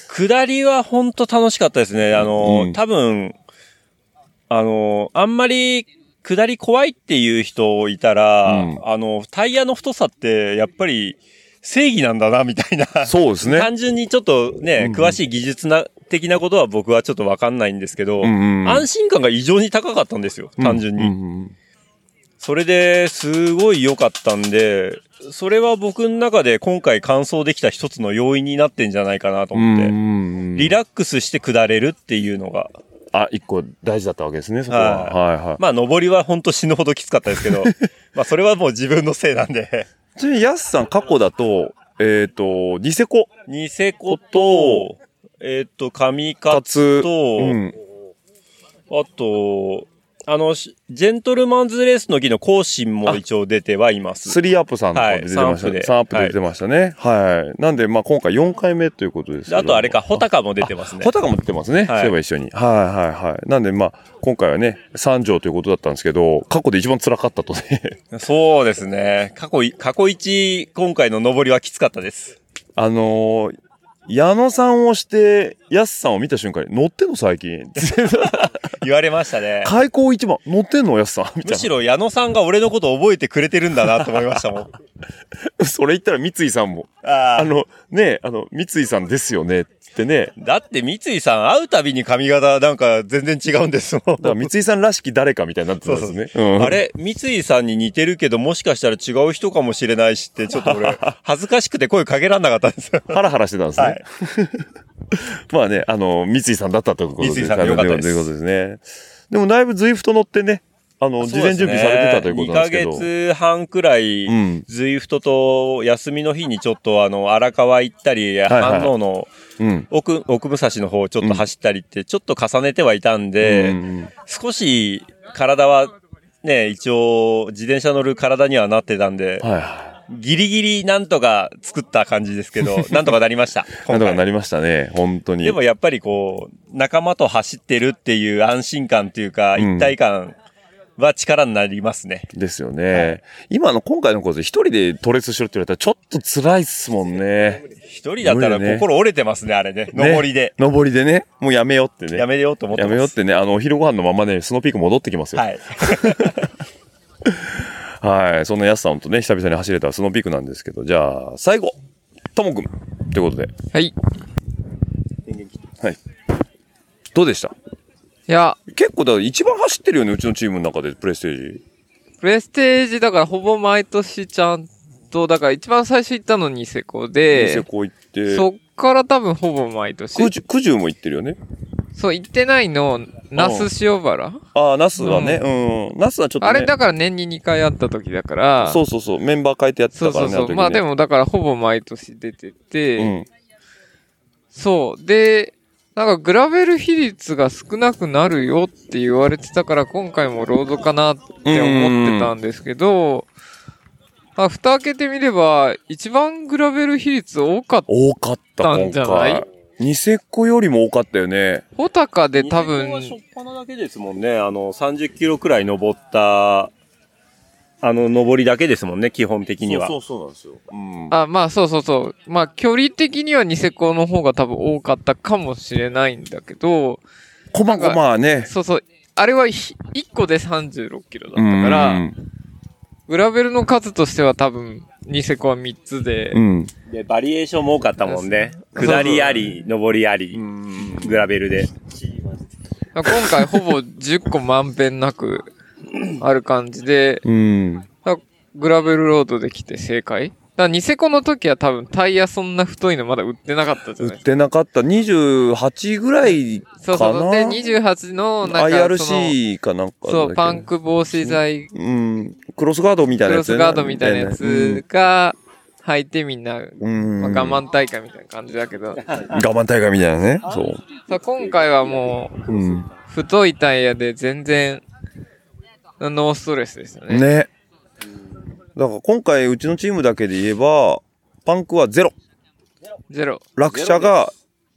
下りは本当楽しかったですね。多分、あんまり下り怖いっていう人いたら、タイヤの太さってやっぱり正義なんだなみたいな。 そうですね。 単純にちょっとね、詳しい技術的なことは僕はちょっとわかんないんですけど、安心感が異常に高かったんですよ、単純に。それですごい良かったんで、それは僕の中で今回完走できた一つの要因になってんじゃないかなと思って、リラックスして下れるっていうのが。 一個大事だったわけですね、そこは。はいはい。 まあ、上りは本当死ぬほどきつかったですけど、まあ、それはもう自分のせいなんで。 ちなみに、ヤスさん過去だと、ニセコ。 ニセコと、上勝と、あと、ジェントルマンズレースの日の更新も一応出てはいます。 3アップさんとかで出てましたね。3アップで出てましたね。はい。なんで、まあ今回4回目ということですけど。 あとあれか、ホタカも出てますね。 ホタカも出てますね。そういえば一緒に。はいはいはい。なんでまあ、今回はね、3条ということだったんですけど、過去で一番辛かったとね。 そうですね。過去一、今回の上りはきつかったです。 矢野さんをして、ヤスさんを見た瞬間に、乗ってんの最近言われましたね。 開口一番、乗ってんのヤスさんみたいな。 むしろ矢野さんが俺のこと覚えてくれてるんだなと思いましたもん。 それ言ったら三井さんも。三井さんですよね。ってね。 だって三井さん会うたびに髪型なんか全然違うんですもん。だから三井さんらしき誰かみたいになってたんですね。 あれ三井さんに似てるけどもしかしたら違う人かもしれないしってちょっと俺恥ずかしくて声かけらんなかったんですよ。 ハラハラしてたんですね。はい、まあね、三井さんだったということで。 三井さんでよかったです。 ということですね。でもだいぶズイフト乗ってね、事前準備されてたということなんですけど。 2ヶ月半くらい、ズイフトと休みの日にちょっと荒川行ったり、飯能の奥武蔵の方をちょっと走ったりって、ちょっと重ねてはいたんで、少し体はね、一応自転車乗る体にはなってたんで、ギリギリなんとか作った感じですけど、なんとかなりました。 なんとかなりましたね、本当に。 でもやっぱりこう、仲間と走ってるっていう安心感っていうか、一体感、は力になりますね。 ですよね。今今回のコース一人でトレースしろって言われたらちょっと辛いっすもんね。 一人だったら心折れてますね、あれね。上りで。 上りでね。もうやめようってね。 やめようと思ってます。 やめようってね。お昼ご飯のままね、スノーピーク戻ってきますよ。 はい。 はい。そんなヤスさんとね、久々に走れたスノーピークなんですけど、じゃあ、最後、ともくん。ということで。 はい。 はい。どうでした？ いや。 結構だから一番走ってるよね、うちのチームの中で、プレステージ。 プレステージだからほぼ毎年ちゃんと、だから一番最初行ったのニセコで。 ニセコ行って。 そっから多分ほぼ毎年。 九十も行ってるよね。 そう、行ってないの、那須塩原。 那須はね、那須はちょっとね。 あれだから年に2回あった時だから。 そうそうそう、メンバー変えてやってたからね。 そう。まあでもだからほぼ毎年出てて、そう。で、なんかグラベル比率が少なくなるよって言われてたから今回もロードかなって思ってたんですけど、蓋開けてみれば一番グラベル比率多かったんじゃない？ ニセコよりも多かったよね。 ホタカで多分。 ニセコはしょっぱなだけですもんね。30キロくらい登った、登りだけですもんね、基本的には。 そうなんですよ。 まあそう。まあ距離的にはニセコの方が多分多かったかもしれないんだけど。 こまね。 そう。あれは1個で36キロだったから、グラベルの数としては多分、ニセコは3つで。 で、バリエーションも多かったもんね。下りあり、上りあり、グラベルで。 今回ほぼ10個まんべんなくある感じで、グラベルロードで来て正解？だからニセコの時は多分タイヤそんな太いのまだ売ってなかったじゃないですか。 売ってなかった。28ぐらいかな。 そう。で、28のなんか IRC かなんか。 そう、パンク防止剤。 クロスガードみたいなやつ。 クロスガードみたいなやつが履いてみんな、我慢大会みたいな感じだけど。我慢大会みたいなね。そう。 今回はもう、太いタイヤで全然、ノーストレスですよね。 ね。だから今回うちのチームだけで言えば、パンクは0。落車が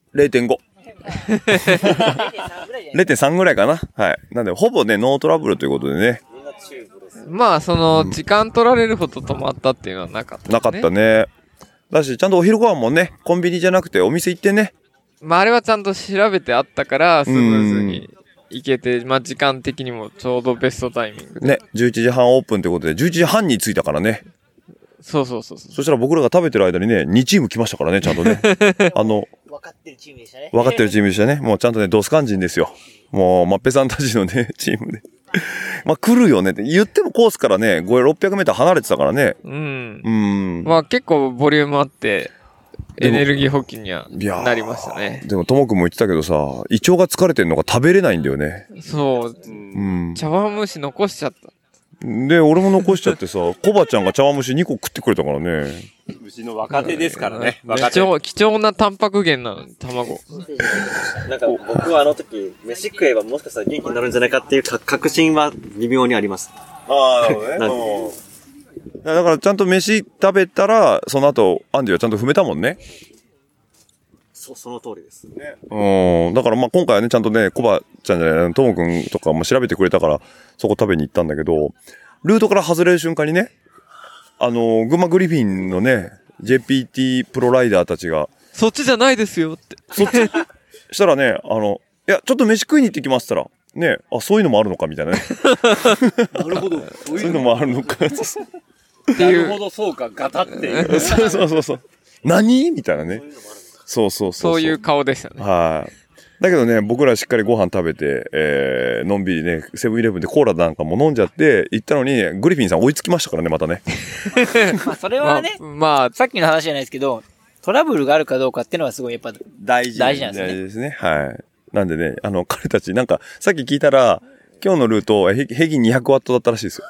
0.5。0.3 ぐらいかな。はい。なんで、ほぼね、ノートラブルということでね。 まあ、時間取られるほど止まったっていうのはなかったね。 なかったね。だし、ちゃんとお昼ご飯もね、コンビニじゃなくてお店行ってね、 まあ、あれはちゃんと調べてあったから、スムーズに行けて、まあ、時間的にもちょうどベストタイミングで。 ね、11時半オープンってことで、11時半に着いたからね。 そうそうそう。 そしたら僕らが食べてる間にね、2チーム来ましたからね、ちゃんとね。分かってるチームでしたね。 分かってるチームでしたね。もうちゃんとね、ドスカン人ですよ。もう、マッペさんたちのね、チームで。まあ、来るよねって。言ってもコースからね、600メーター離れてたからね。 まあ、結構ボリュームあって、エネルギー補給にはなりましたね。 でも、ともくんも言ってたけどさ、胃腸が疲れてんのが食べれないんだよね。 そう。茶碗蒸し残しちゃった。 で、俺も残しちゃってさ、コバちゃんが茶碗蒸し2個食ってくれたからね。 牛の若手ですからね。 貴重なタンパク源なのに、卵。 なんか僕はあの時、飯食えばもしかしたら元気になるんじゃないかっていう確信は微妙にあります。 ああ、なるほどね。だからちゃんと飯食べたら、その後、アンディはちゃんと踏めたもんね。 その通りです。 だからまあ今回はね、ちゃんとね、コバちゃんじゃない、ともくんとかも調べてくれたから、そこ食べに行ったんだけど、ルートから外れる瞬間にね、群馬グリフィンのね、JPT プロライダーたちが、 そっちじゃないですよって。 そっちしたらね、いや、ちょっと飯食いに行ってきますったら、ね、そういうのもあるのかみたいなね。 なるほど。 そういうのもあるのか。 なるほど、そうか、ガタっていう。 そう。何みたいなね。そう。 そういう顔でしたね。 はい。だけどね、僕らしっかりご飯食べて、のんびりね、セブンイレブンでコーラなんかも飲んじゃって、行ったのに、グリフィンさん追いつきましたからね、またね。 まあ、それはね、まあ、さっきの話じゃないですけど、トラブルがあるかどうかっていうのはすごいやっぱ大事なんですね。 大事ですね。はい。なんでね、彼たちなんか、さっき聞いたら、今日のルート、ヘギ200ワットだったらしいですよ。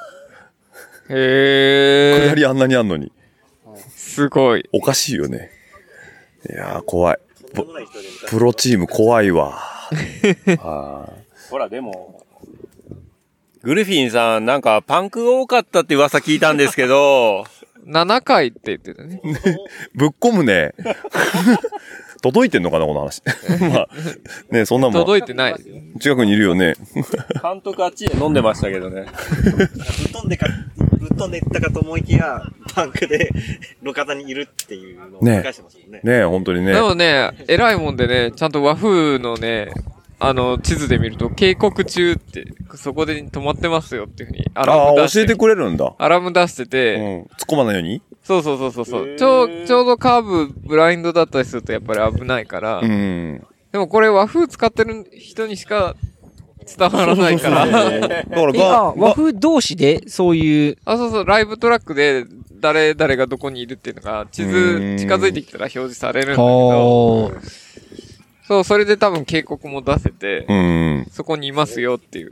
下りあんなにあんのに。 すごい。 おかしいよね。いやー、怖い。プロチーム怖いわ。 ほら、でも、グリフィンさん、なんかパンクが多かったって噂聞いたんですけど、 7回って言ってたね。 ぶっ込むね。届いてんのかな、この話。まあ、ね、そんなもん。 届いてない。 近くにいるよね。 監督あっちで飲んでましたけどね。 ぶっ飛んでいったかと思いきや、バンクで路肩にいるっていうのを繰り返してますもんね。 ね、本当にね。 でもね、偉いもんでね、ちゃんと和風のね、地図で見ると、警告中って、そこで止まってますよっていうふうに、アラーム出して。 教えてくれるんだ。 アラーム出してて、 突っ込まないように？ そう。ちょうどカーブ、ブラインドだったりするとやっぱり危ないから。でもこれ和風使ってる人にしか伝わらないから。 和風同士でそういう。 そう、ライブトラックで誰がどこにいるっていうのが、地図近づいてきたら表示されるんだけど、そう、それで多分警告も出せて、そこにいますよっていう。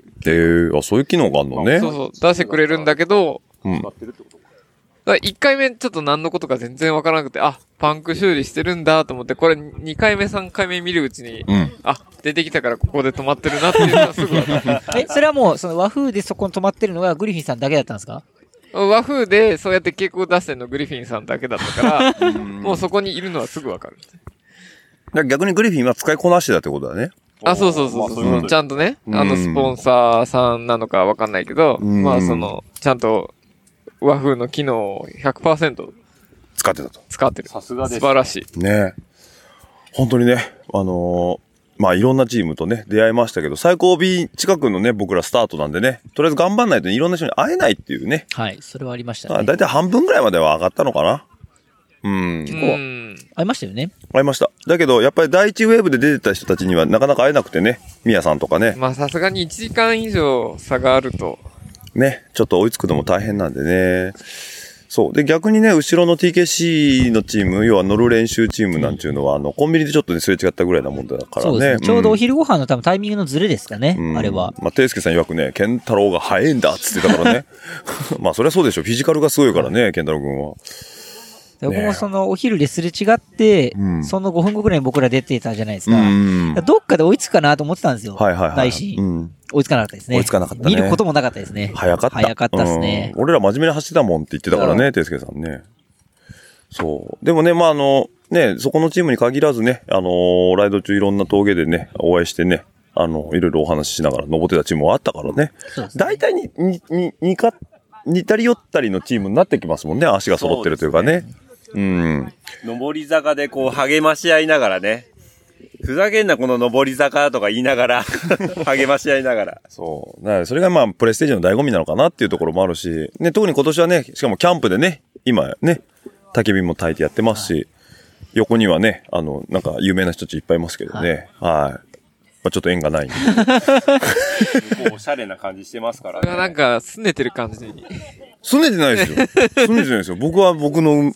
そういう機能があるのね。 そう、出してくれるんだけど、1回目ちょっと何のことか全然わからなくて、パンク修理してるんだと思って、これ2回目3回目見るうちに、出てきたからここで止まってるなっていうのがすぐわかる。 それはもう、その和風でそこに止まってるのがグリフィンさんだけだったんですか？ 和風でそうやって警告出してるのグリフィンさんだけだったから、もうそこにいるのはすぐわかる。 逆にグリフィンは使いこなしてたってことだね。 そう。ちゃんとね、スポンサーさんなのかわかんないけど、ちゃんと和風の機能を 100% 使ってたと。 使ってる。 さすがです。 素晴らしい。 ね。本当にね、まあいろんなチームとね、出会いましたけど、最後尾近くのね、僕らスタートなんでね、とりあえず頑張んないといろんな人に会えないっていうね。 はい、それはありましたね。 だいたい半分ぐらいまでは上がったのかな。 結構、会いましたよね。 会いました。だけど、やっぱり第一ウェーブで出てた人たちにはなかなか会えなくてね、ミヤさんとかね。 まあさすがに1時間以上差があると。 ね、ちょっと追いつくのも大変なんでね。そう。で、逆にね、後ろの TKC のチーム、要は乗る練習チームなんていうのは、コンビニでちょっとね、すれ違ったぐらいなもんだからね。そうですね。 ちょうどお昼ご飯の多分タイミングのズレですかね、あれは。 まあ、ていすけさん曰くね、ケンタロウが早いんだっつってたからね。まあ、そりゃそうでしょ。フィジカルがすごいからね、ケンタロウ君は。 僕もそのお昼ですれ違って、その5分後ぐらいに僕ら出てたじゃないですか。どっかで追いつくかなと思ってたんですよ。大師。追いつかなかったですね。 追いつかなかったね。 見ることもなかったですね。 早かったですね。 俺ら真面目に走ってたもんって言ってたからね、ていすけさんね。そう。でもね、まあね、そこのチームに限らずね、ライド中いろんな峠でね、お会いしてね、いろいろお話ししながら登ってたチームもあったからね。大体似たり寄ったりのチームになってきますもんね、足が揃ってるというかね。 上り坂でこう励まし合いながらね、 ふざけんなこの上り坂とか言いながら、励まし合いながら。 そう。だからそれがまあ、プレステージの醍醐味なのかなっていうところもあるし、ね、特に今年はね、しかもキャンプでね、今ね、焚き火も焚いてやってますし、横にはね、なんか有名な人たちいっぱいいますけどね。はい。まあ、ちょっと縁がないんで。 おしゃれな感じしてますからね。 なんか、拗ねてる感じに。 拗ねてないですよ。拗ねてないですよ。僕は、だって、なんか、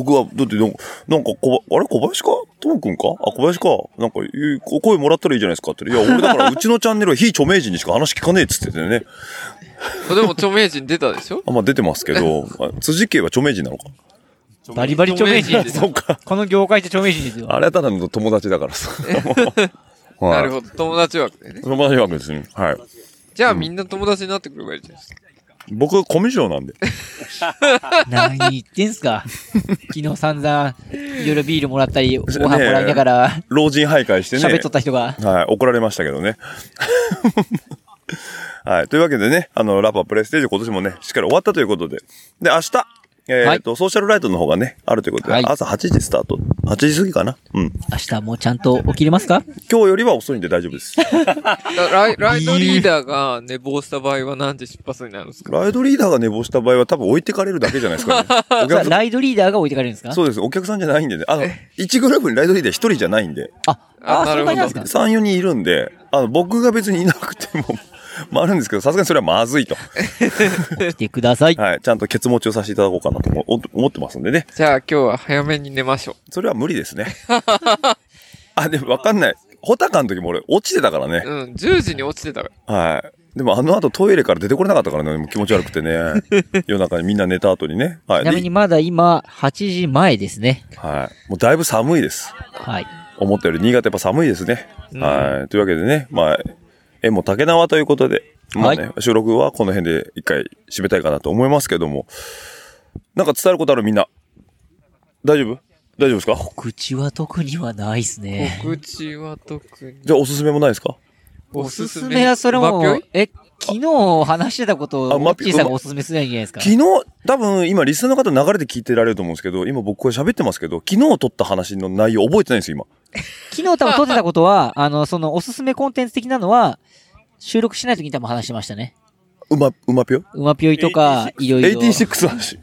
あれ小林かともくんか小林かなんか、声もらったらいいじゃないですかって。いや、俺だから、うちのチャンネルは非著名人にしか話聞かねえっつっててね。 でも著名人出たでしょまあ出てますけど、辻家は著名人なのかバリバリ著名人です。 そうか。 この業界って著名人ですよ。 あれはただの友達だからさ。 なるほど。友達枠でね。 友達枠ですね。はい。 じゃあみんな友達になってくればいいじゃないですか。 僕、コミュ障なんで。 何言ってんすか。昨日散々、いろいろビールもらったり、ご飯もらいながら、 老人徘徊してね。 喋っとった人が。 はい、怒られましたけどね。はい。というわけでね、ラパプレステージ今年もね、しっかり終わったということで。で、明日、ソーシャルライトの方がね、あるということで、朝8時スタート。8時過ぎかな。うん。 明日もうちゃんと起きれますか？ 今日よりは遅いんで大丈夫です。 ライドリーダーが寝坊した場合は何時出発になるんですか？ ライドリーダーが寝坊した場合は多分置いてかれるだけじゃないですかね。 ライドリーダーが置いてかれるんですか？ そうです。お客さんじゃないんでね。1グループにライドリーダー1人じゃないんで。 なるほど。 3、4人いるんで、僕が別にいなくても、まああるんですけど、さすがにそれはまずいと。 来てください。 はい。ちゃんとケツ持ちをさせていただこうかなと思ってますんでね。 じゃあ今日は早めに寝ましょう。 それは無理ですね。でもわかんない。ホタカの時も俺落ちてたからね。 10時に落ちてたから。 はい。でも後トイレから出てこれなかったからね、もう気持ち悪くてね。夜中にみんな寝た後にね。はい。 ちなみにまだ今、8時前ですね。 はい。もうだいぶ寒いです。 はい。 思ったより新潟やっぱ寒いですね。はい。というわけでね、まあ、縁も竹縄ということで、まあね、収録はこの辺で一回締めたいかなと思いますけども、なんか伝えることあるみんな。大丈夫ですか？ 告知は特にはないですね。 告知は特に。 じゃあおすすめもないですか？ おすすめはそれも、昨日話してたことを、モッチーさんがおすすめすればいいんじゃないですか。 昨日、多分今リスナーの方流れて聞いてられると思うんですけど、今僕これ喋ってますけど、昨日撮った話の内容覚えてないんですよ、今。 昨日多分撮ってたことは、そのおすすめコンテンツ的なのは、収録しないときに多分話してましたね。 うまぴょいとか、いろいろ。 86話。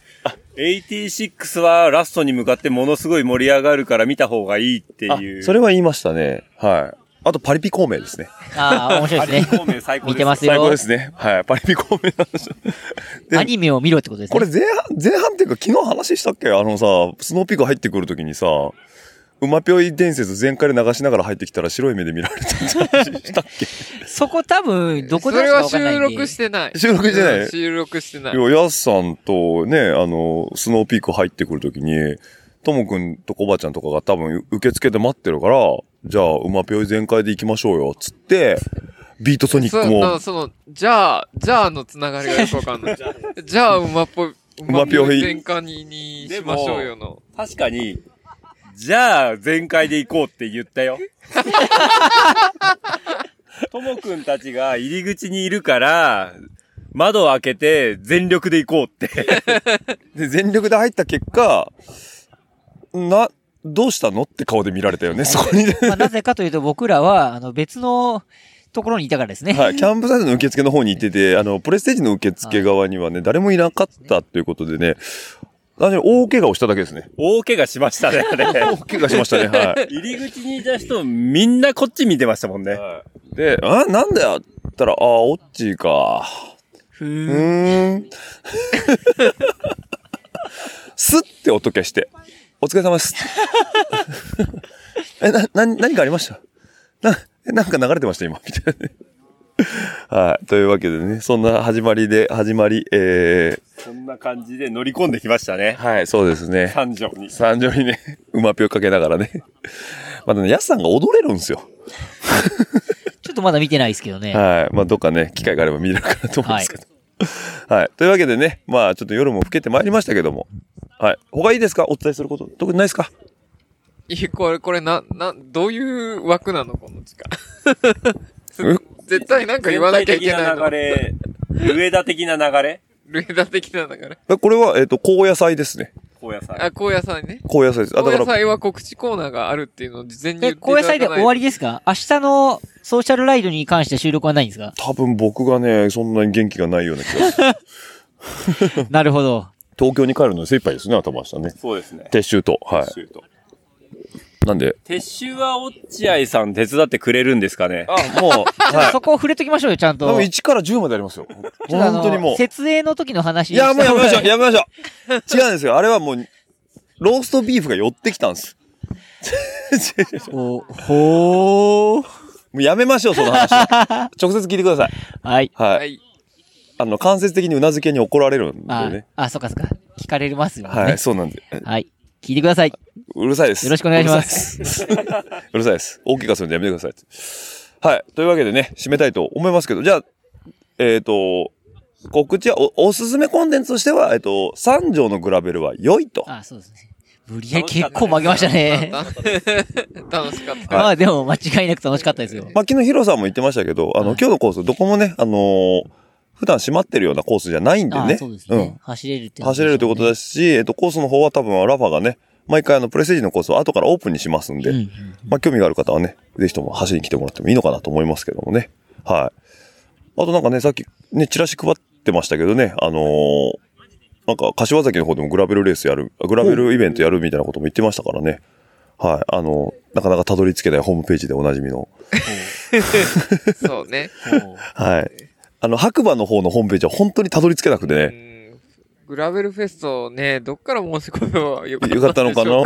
86はラストに向かってものすごい盛り上がるから見た方がいいっていう。 それは言いましたね。はい。あとパリピ孔明ですね。 面白いですね。 パリピ孔明最高です。 見てますよ。 最高ですね。はい。パリピ孔明の話。 アニメを見ろってことですね。 これ前半っていうか昨日話したっけ？スノーピーク入ってくるときにさ、馬ぴょい伝説全開で流しながら入ってきたら白い目で見られたって話したっけ？ そこ多分、どこでそれは収録してない。 収録してない？ 収録してない。 ヤスさんとね、スノーピーク入ってくるときに、ともくんとコバちゃんとかが多分受付で待ってるから、じゃあ、馬ぴょい全開で行きましょうよ、つって、ビートソニックも。 じゃあのつながりがよくわかんない。じゃあ、馬ぴょい全開にしましょうよの。 確かに、じゃあ、全開で行こうって言ったよ。ともくんたちが入り口にいるから、窓を開けて全力で行こうって。 で、全力で入った結果、どうしたのって顔で見られたよね、そこにね。 なぜかというと僕らは、別のところにいたからですね。 はい。キャンプサイトの受付の方に行ってて、プレステージの受付側にはね、誰もいなかったということでね、大怪我をしただけですね。 大怪我しましたね、あれ。 大怪我しましたね、はい。 入り口にいた人、みんなこっち見てましたもんね。はい、 で、なんだよって言ったら、オッチーか。スッて音消して、お疲れ様です。何かありました？なんか流れてました今、みたいなね。はい。というわけでね、そんな始まり、 そんな感じで乗り込んできましたね。 はい、そうですね。 三条にね、馬ぴょかけながらね。まだね、ヤスさんが踊れるんですよ。 ちょっとまだ見てないですけどね。 はい。まあ、どっかね、機会があれば見れるかなと思うんですけど。はい。というわけでね、まあ、ちょっと夜も更けてまいりましたけども。はい。他いいですか？お伝えすること。特にないですか？ これどういう枠なのこの時間。絶対なんか言わなきゃいけないの。 ルエダ的な流れルエダ的な流れ。 これは、高野菜ですね。 高野菜。 あ、高野菜ね。 高野菜です。 高野菜は告知コーナーがあるっていうのを事前に言っていただかないと。 高野菜で終わりですか？明日のソーシャルライドに関して収録はないんですか？ 多分僕がね、そんなに元気がないような気がする。 なるほど。 東京に帰るので精一杯ですね、頭明日ね。 そうですね。 撤収と。はい。 撤収と。 なんで撤収は落合さん手伝ってくれるんですかね？ あ、もう、はい。 そこを触れときましょうよ、ちゃんと。 多分1から10までありますよ。本当にもう。 設営の時の話。 いや、もうやめましょう、やめましょう。違うんですよ。あれはもう、ローストビーフが寄ってきたんです。 ほー。 もうやめましょう、その話。直接聞いてください。 はい。 はい。間接的にうなずけに怒られるんでね。 あ、そっかそっか。聞かれますよね。 はい、そうなんで。 はい。聞いてください。 うるさいです。 よろしくお願いします。 うるさいです。大怪我するんでやめてください。はい。というわけでね、締めたいと思いますけど、じゃあ、告知はおすすめコンテンツとしては、三条のグラベルは良いと。 あ、そうですね。無理やり結構負けましたね。 楽しかった。 まあでも間違いなく楽しかったですよ。 まあ昨日ヒロさんも言ってましたけど、今日のコースどこもね、普段閉まってるようなコースじゃないんでね。 そうですね。走れるって走れるってことですし、コースの方は多分ラファがね、毎回プレステージのコースを後からオープンにしますんで、まあ興味がある方はね、ぜひとも走りに来てもらってもいいのかなと思いますけどもね。はい。あとなんかね、さっきね、チラシ配ってましたけどね、なんか柏崎の方でもグラベルレースやる、グラベルイベントやるみたいなことも言ってましたからね。はい。なかなかたどり着けないホームページでおなじみの。 そうね。 はい。白馬の方のホームページは本当にたどり着けなくてね。 グラベルフェストね、どっから申し込めばよかったのかな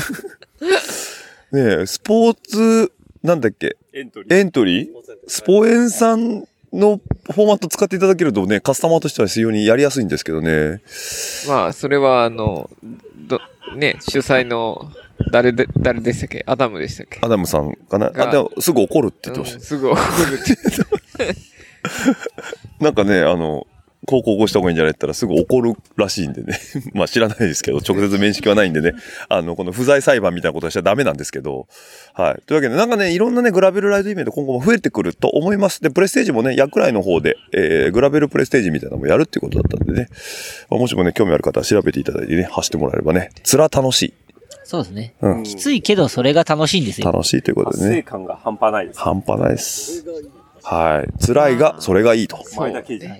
ねえ、スポーツ、なんだっけエントリースポエンさんのフォーマット使っていただけるとね、カスタマーとしては非常にやりやすいんですけどね。 まあ、それはね、主催の、誰でしたっけ？アダムでしたっけ？ アダムさんかな。でも、すぐ怒るって言ってました。 すぐ怒るって言ってなんかね、こうした方がいいんじゃないって言ったらすぐ怒るらしいんでね。まあ知らないですけど、直接面識はないんでね。この不在裁判みたいなことはしちゃダメなんですけど。はい。というわけで、なんかね、いろんなね、グラベルライドイベント今後も増えてくると思います。で、プレステージもね、薬来の方で、グラベルプレステージみたいなのもやるっていうことだったんでね。まあ、もしもね、興味ある方は調べていただいてね、走ってもらえればね、楽しい。 そうですね。きついけど、それが楽しいんですよ。 楽しいということでね。 達成感が半端ないです。 半端ないです。はい。辛いが、それがいいと。 前だけで。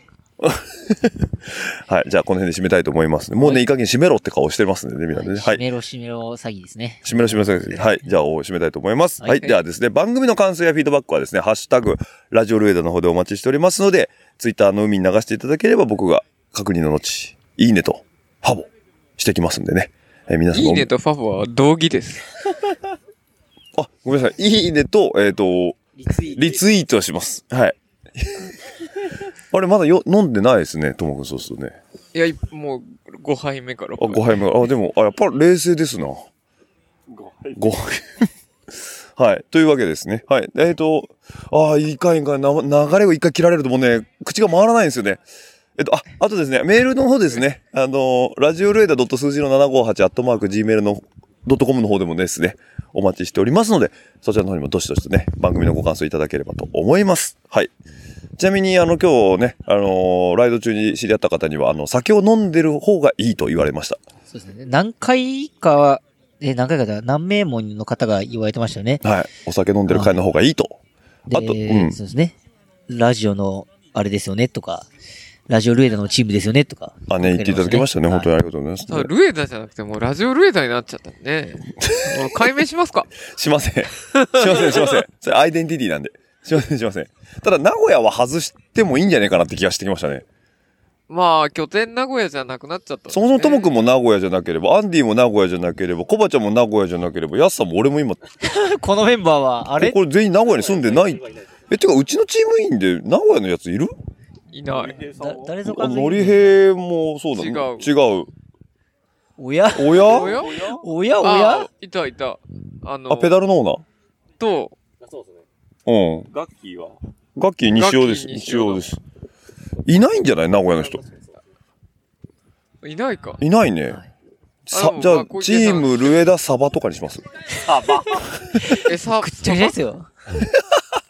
はい。じゃあ、この辺で締めたいと思います。もうね、いい加減締めろって顔してますんでね、みんなでね。はい。 締めろ詐欺ですね。 締めろ詐欺です。はい。じゃあ、締めたいと思います。はい。ではですね、番組の感想やフィードバックはですね、ハッシュタグ、ラジオルエダの方でお待ちしておりますので、ツイッターの海に流していただければ僕が確認の後、いいねとファボしてきますんでね。皆さんいいねとファボは同義です。 あ、ごめんなさい。いいねと、リツイートします。はい。あれ、まだ飲んでないですね、ともくん、そうするとね。 いや、もう、5杯目から。 5杯目。でも、やっぱ冷静ですな。5杯。はい。というわけですね。はい。いかん、流れを一回切られるともうね、口が回らないんですよね。あとですね、メールの方ですね。ラジオルエダ数字の758@gmail.com の方でもですね、お待ちしておりますので、そちらの方にもどしどしとね、番組のご感想いただければと思います。はい。ちなみに、今日ね、ライド中に知り合った方には、酒を飲んでる方がいいと言われました。 そうですね。何名もの方が言われてましたよね。 はい。お酒飲んでる会の方がいいと。 あと、そうですね。ラジオの、あれですよね、とか。ラジオルエダのチームですよね、とか。 言っていただきましたね。本当にありがとうございます。 ルエダじゃなくて、もうラジオルエダになっちゃったね。もう解明しますか？ しません。しません。それアイデンティティなんで。しません。ただ、名古屋は外してもいいんじゃないかなって気がしてきましたね。 まあ、拠点名古屋じゃなくなっちゃった、ね。 そもそもともくんも名古屋じゃなければ、アンディも名古屋じゃなければ、コバちゃんも名古屋じゃなければ、ヤスさんも俺も今。 このメンバーは、あれこれ全員名古屋に住んでない。てか、うちのチーム員で名古屋のやついる？ いない。 誰ぞかのりへいもそうだね。違う。 おやいた。 ペダルのオーナーと、 そうですね。 うん。 ガッキー西尾です。西尾です。いないんじゃない名古屋の人。 いないか。 いないね。じゃあ、チームルエダサバとかにします。 サバくっちゃくちゃですよ。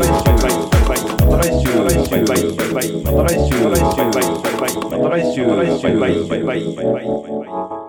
来週